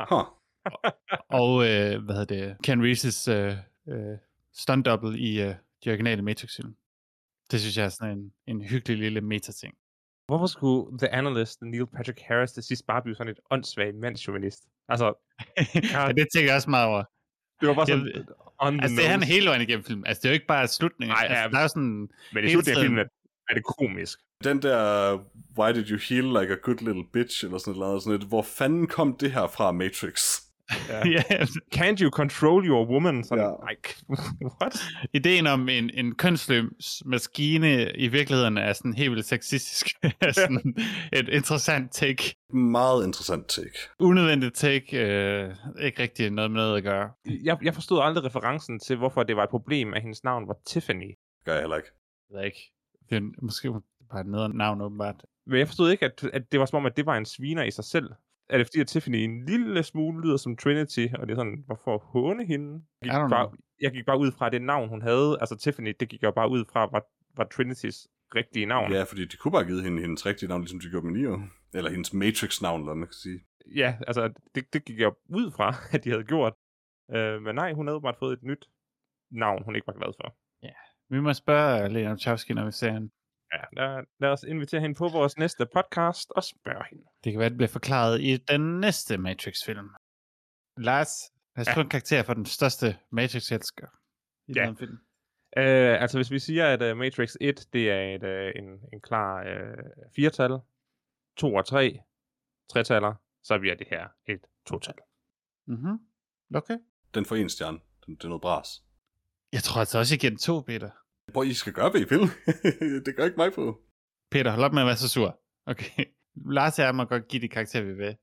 Og, Ken Reeves' stunt double i de originale Matrix-film. Det synes jeg er sådan en hyggelig lille meta-ting. Hvorfor skulle The Analyst, Neil Patrick Harris, til sidst bare blive sådan et åndssvagt mandsjuvenist? Altså, ja, det tænker jeg også meget over. Det var bare sådan det er han hele vejen igennem filmen. Altså, det er jo ikke bare slutningen. Nej, altså, der er sådan... Men i slutningen af filmen er det komisk. Den der, why did you heal like a good little bitch, eller sådan noget, hvor fanden kom det her fra Matrix? Ja. Ja, Can't you control your woman? Sådan, Ja. what? ideen om en kønsløs maskine i virkeligheden er sådan helt vildt sexistisk. Er sådan et interessant take. Meget interessant take. Unødvendigt take. Ikke rigtig noget med noget at gøre. Jeg forstod aldrig referencen til, hvorfor det var et problem, at hendes navn var Tiffany. Gør jeg heller ikke. Jeg ved ikke. Det er måske bare et nederen navn, åbenbart. Men jeg forstod ikke, at det var som om, at det var en sviner i sig selv. Er det fordi, at Tiffany en lille smule lyder som Trinity, og det er sådan, hvorfor håne hende? Jeg gik bare ud fra det navn, hun havde. Altså Tiffany, det gik jeg bare ud fra, var Trinitys rigtige navn. Ja, fordi de kunne bare give hende hendes rigtige navn, ligesom de gjorde med Neo. Eller hendes Matrix-navn, eller man kan sige. Ja, altså det gik jeg ud fra, at de havde gjort. Men nej, hun havde bare fået et nyt navn, hun ikke var glad for. Vi må spørge Lena Wachowski, når vi ser hende. Ja, lad os invitere hende på vores næste podcast og spørge hende. Det kan være, det bliver forklaret i den næste Matrix-film. Lars, lad os få en karakter for den største Matrix-elsker i den film. Altså hvis vi siger, at Matrix 1, det er en klar 4-tal, 2 og 3, 3-taller, så bliver det her et 2-tal. Mhm. Okay. Den får en stjerne. Det er noget bras. Jeg tror altså også, jeg giver den 2, Peter. Hvor I skal gøre ved i film. Det gør ikke mig på. Peter, hold op med at være så sur. Okay. Lars og jeg må godt give de karakterer, vi vil.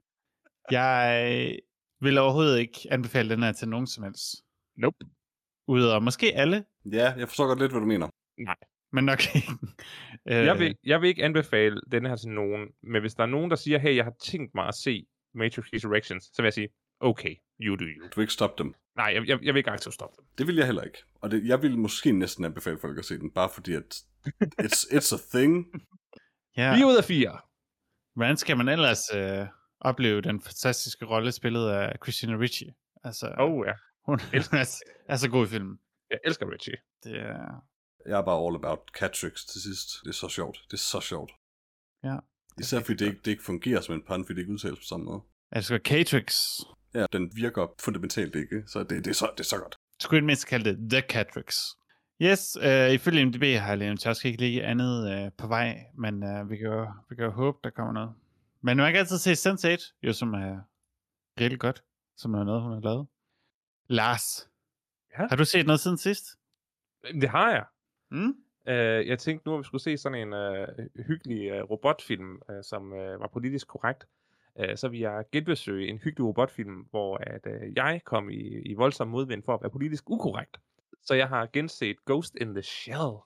Jeg vil overhovedet ikke anbefale den her til nogen som helst. Nope. Udover måske alle, Ja, jeg forstår godt lidt, hvad du mener. Nej. men nok ikke. Jeg vil ikke anbefale den her til nogen, men hvis der er nogen, der siger, hey, jeg har tænkt mig at se Matrix Resurrections, så vil jeg sige, okay, you do you. Du vil ikke stoppe dem. Nej, jeg vil ikke aktivt stoppe dem. Det vil jeg heller ikke. Og jeg vil måske næsten anbefale folk at se den, bare fordi at it's a thing. Ja. 4 ud af 4. Hvordan skal man ellers opleve den fantastiske rolle spillet af Christina Ricci? Altså, Ja. hun er så god i filmen. Jeg elsker Richie. Det er... Jeg er bare all about Catrix til sidst. Det er så sjovt. Det er så sjovt. Ja. Især fordi det ikke fungerer som en pun, fordi det ikke udtales på samme måde. Altså, Catrix. Ja, den virker fundamentalt ikke, så det er så godt. Skulle jeg mindst kalde det The Catrix. Yes, ifølge MDB har Lena Wachowski ikke lige andet på vej, men vi kan jo håbe, der kommer noget. Men man kan altid se Sense8, jo som er rigtig godt, som er noget, hun har lavet. Lars, Ja? har du set noget siden sidst? Det har jeg. Mm? Jeg tænkte nu, at vi skulle se sådan en hyggelig robotfilm, som var politisk korrekt. Så vil jeg genbesøge en hyggelig robotfilm, hvor jeg kom i voldsom modvind for at være politisk ukorrekt. Så jeg har genset Ghost in the Shell.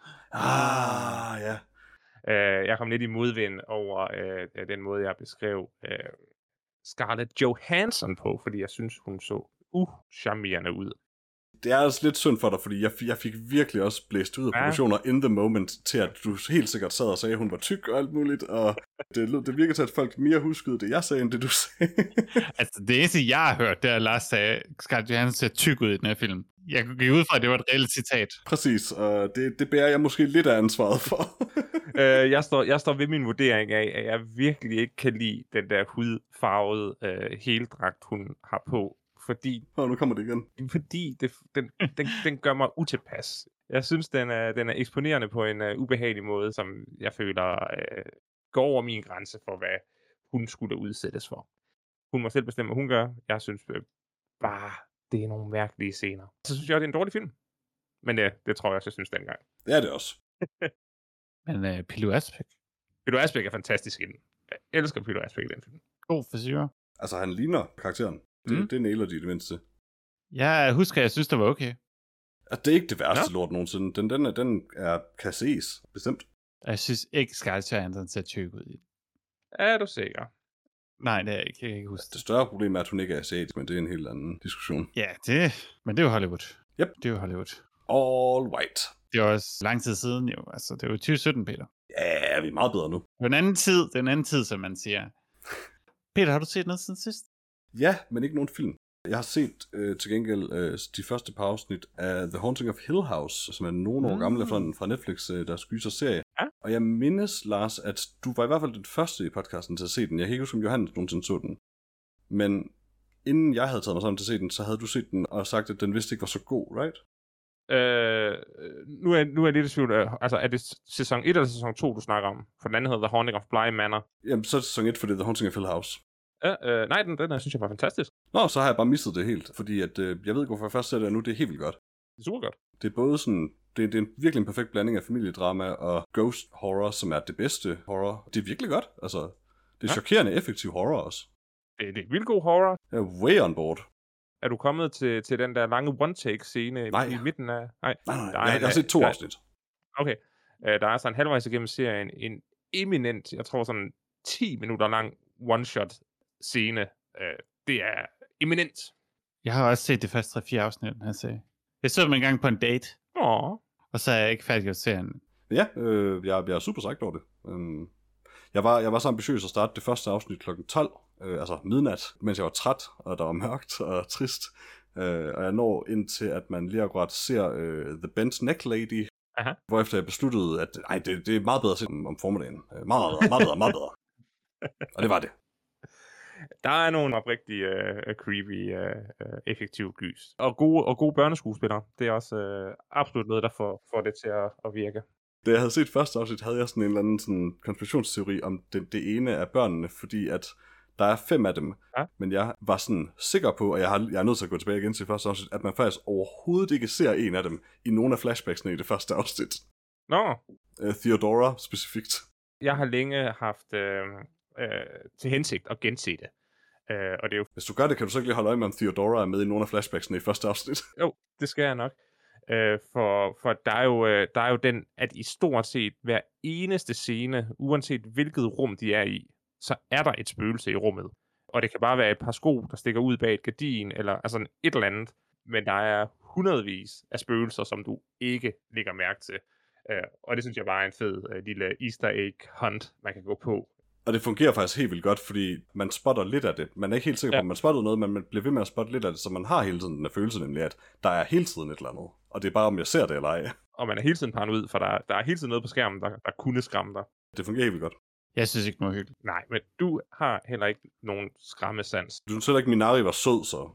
Ja. Jeg kom lidt i modvind over den måde, jeg beskrev Scarlett Johansson på, fordi jeg synes, hun så charmerende ud. Det er altså lidt synd for dig, fordi jeg fik virkelig også blæst ud af proportioner in the moment, til at du helt sikkert sad og sagde, at hun var tyk og alt muligt, og det virker til, at folk mere huskede det, jeg sagde, end det du sagde. Altså, det eneste, jeg har hørt, det er, at Lars sagde, Scarlett Johansson ser tyk ud i den her film. Jeg gik ud fra, at det var et reelt citat. Præcis, og det bærer jeg måske lidt af ansvaret for. Jeg står ved min vurdering af, at jeg virkelig ikke kan lide den der hudfarvede heldragt, hun har på. Fordi nu kommer det igen. Fordi den gør mig utilpas. Jeg synes, den er eksponerende på en ubehagelig måde, som jeg føler går over min grænse for, hvad hun skulle udsættes for. Hun må selv bestemme, hvad hun gør. Jeg synes bare, det er nogle mærkelige scener. Så synes jeg, det er en dårlig film. Men det tror jeg også, jeg synes dengang. Det er det også. Men Pilou Asbæk? Pilou Asbæk er fantastisk i den. Jeg elsker Pilou Asbæk i den film. God frisyr. Altså, han ligner karakteren. Det nailer de det mindste. Jeg husker, jeg synes, det var okay. Det er ikke det værste lort nogensinde. Den kan ses, bestemt. Jeg synes ikke, Scarlett Johansson ser tyk ud i. Er du sikker? Nej, det er jeg ikke. Jeg kan ikke huske det. Større problem er, at hun ikke er asiatisk, men det er en helt anden diskussion. Ja, men det er jo Hollywood. Yep. Det er jo Hollywood. All white. Det er også lang tid siden jo. Altså, det er jo 2017, Peter. Ja, vi er meget bedre nu. Det er en anden tid, som man siger. Peter, har du set noget siden sidst? Ja, men ikke nogen film. Jeg har set til gengæld de første par afsnit af The Haunting of Hill House, som er nogle år gamle fra Netflix, der skyser serie. Ja. Og jeg mindes, Lars, at du var i hvert fald den første i podcasten til at se den. Jeg kan ikke huske, om Johannes nogensinde så den. Men inden jeg havde taget mig sammen til at se den, så havde du set den og sagt, at den vist ikke var så god, right? Nu er jeg lidt i tvivl. Altså, er det sæson 1 eller sæson 2, du snakker om? For den anden hedder The Haunting of Bly Manor. Jamen, så er det sæson 1, for det er The Haunting of Hill House. Nej, den synes jeg var fantastisk. Nå, så har jeg bare misset det helt, fordi at, jeg ved ikke, hvorfor jeg først ser det nu, det er helt vildt godt. Det er super godt. Det er både sådan, det er virkelig en perfekt blanding af familiedrama og ghost horror, som er det bedste horror. Det er virkelig godt, altså. Det er chokerende effektiv horror også. Det er vildt god horror. Jeg er way on board. Er du kommet til den der lange one-take-scene i midten af... Nej. Jeg har set 2 afsnit. Okay. Der er så en halvvejs igennem serien en eminent, jeg tror sådan 10 minutter lang one-shot-scene. Det er eminent. Jeg har også set det første 3-4 afsnit af den her serie. Jeg så dem engang på en date, Åh. og så er jeg ikke færdig at serien. Ja, jeg er super sagt over det. Jeg var så ambitiøs at starte det første afsnit kl. 12, altså midnat, mens jeg var træt, og der var mørkt og trist. Og jeg når ind til, at man lige akkurat ser The Bent Neck Lady, hvorefter jeg besluttede, at det er meget bedre at se om formiddagen. Meget bedre. Og det var det. Der er nogle oprigtig creepy, effektive gys. Og gode børneskuespillere. Det er også absolut noget, der får det til at virke. Da jeg havde set første afsnit, havde jeg sådan en eller anden sådan konspirationsteori om det ene af børnene, fordi at der er 5 af dem, men jeg var sådan sikker på, og jeg er nødt til at gå tilbage igen til første afsnit, at man faktisk overhovedet ikke ser en af dem i nogle af flashbacksene i det første afsnit. Nå. Theodora specifikt. Jeg har længe haft til hensigt at gense det. Og det er jo... Hvis du gør det, kan du så ikke lige holde øje med, om Theodora er med i nogle af flashbacksene i første afsnit? Jo, det skal jeg nok. For der er jo den, at i stort set hver eneste scene, uanset hvilket rum de er i, så er der et spøgelse i rummet. Og det kan bare være et par sko, der stikker ud bag et gardin, eller altså et eller andet. Men der er hundredvis af spøgelser, som du ikke lægger mærke til. Og det synes jeg bare er en fed lille easter egg hunt, man kan gå på. Og det fungerer faktisk helt vildt godt, fordi man spotter lidt af det. Man er ikke helt sikker på, om man spotter noget, men man bliver ved med at spotte lidt af det, så man har hele tiden den følelse, nemlig at der er hele tiden et eller andet. Og det er bare, om jeg ser det eller ej. Og man er hele tiden paranoid, for der er hele tiden noget på skærmen, der kunne skræmme dig. Det fungerer helt vildt godt. Jeg synes ikke, det var hyggeligt. Nej, men du har heller ikke nogen skræmmesans. Du synes heller ikke, Minari var sød, så.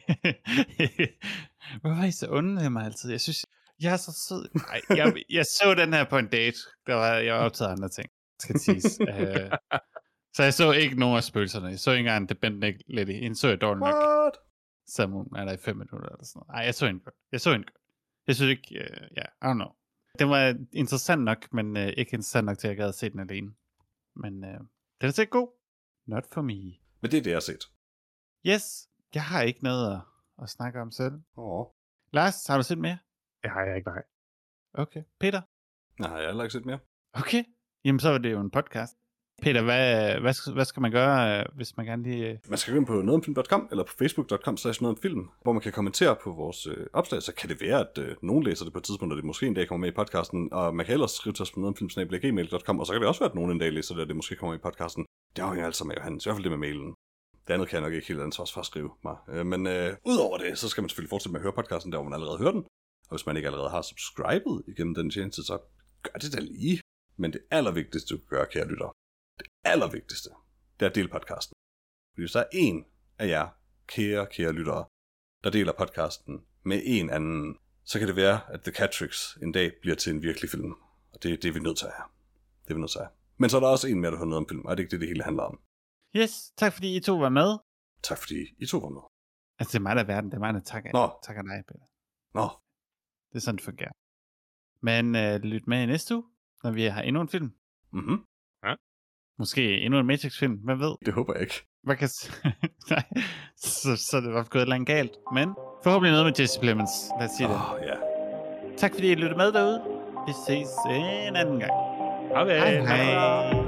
Hvorfor er I så onde med mig altid? Jeg synes, jeg er så sød. Nej, jeg så den her på en date. Jeg var optaget af andre ting, skal siges. Så jeg så ikke nogen af spøgelserne. Jeg så ikke engang The Bent Neck Lady. En så jeg dårligt nok. Sammen er der i 5 minutter eller sådan noget. Nej, jeg så en godt. Jeg synes ikke, I don't know. Den var interessant nok, men ikke interessant nok til, at jeg gad at se den alene. Men den er sikkert god. Not for me. Men det er det, jeg har set. Yes, jeg har ikke noget at snakke om selv. Lars, har du set mere? Det har jeg ikke, nej. Okay. Peter? Nej, jeg har heller ikke set mere. Okay. Jamen, så var det jo en podcast. Peter, hvad skal man gøre, hvis man gerne lige... Man skal gå ind på nogetomfilm.com eller på facebook.com/nogetomfilm, hvor man kan kommentere på vores opslag. Så kan det være, at nogen læser det på et tidspunkt, og det måske en dag kommer med i podcasten. Og man kan ellers skrive til os på nogetomfilm@gmail.com, og så kan det også være, at nogen en dag læser det, og det måske kommer i podcasten. Det afhænger altså med Johannes, i hvert fald det med mailen. Det andet kan jeg nok ikke helt ansvars for at skrive mig. Men udover det, så skal man selvfølgelig fortsætte med at høre podcasten, der hvor man allerede hører den. Og hvis man ikke allerede har subscribet igennem den tjeneste, så gør det da lige. Men det allervigtigste, du kan gøre, kære lytter, det allervigtigste, det er at dele podcasten. Fordi hvis der er en af jer, kære lyttere, der deler podcasten med en anden, så kan det være, at The Catrix en dag bliver til en virkelig film. Og det er vi nødt til at have. Men så er der også en mere, der hører noget om film, og det er ikke det hele handler om. Yes, tak fordi I to var med. Tak fordi I to var med. Altså, det er mig, der er verden. Det er mig, der takker dig, Peter. Nå. Det er sådan, det fungerer. Men lyt med i næste uge, når vi har endnu en film. Mhm. Ja. Måske endnu en Matrix-film, hvad ved? Det håber jeg ikke. Hvad kan... Nej, så det var gået et eller andet galt. Men forhåbentlig noget med Jesse Plemons. Lad os sige det. Ja. Tak fordi I lyttede med derude. Vi ses en anden gang. Okay. Hej.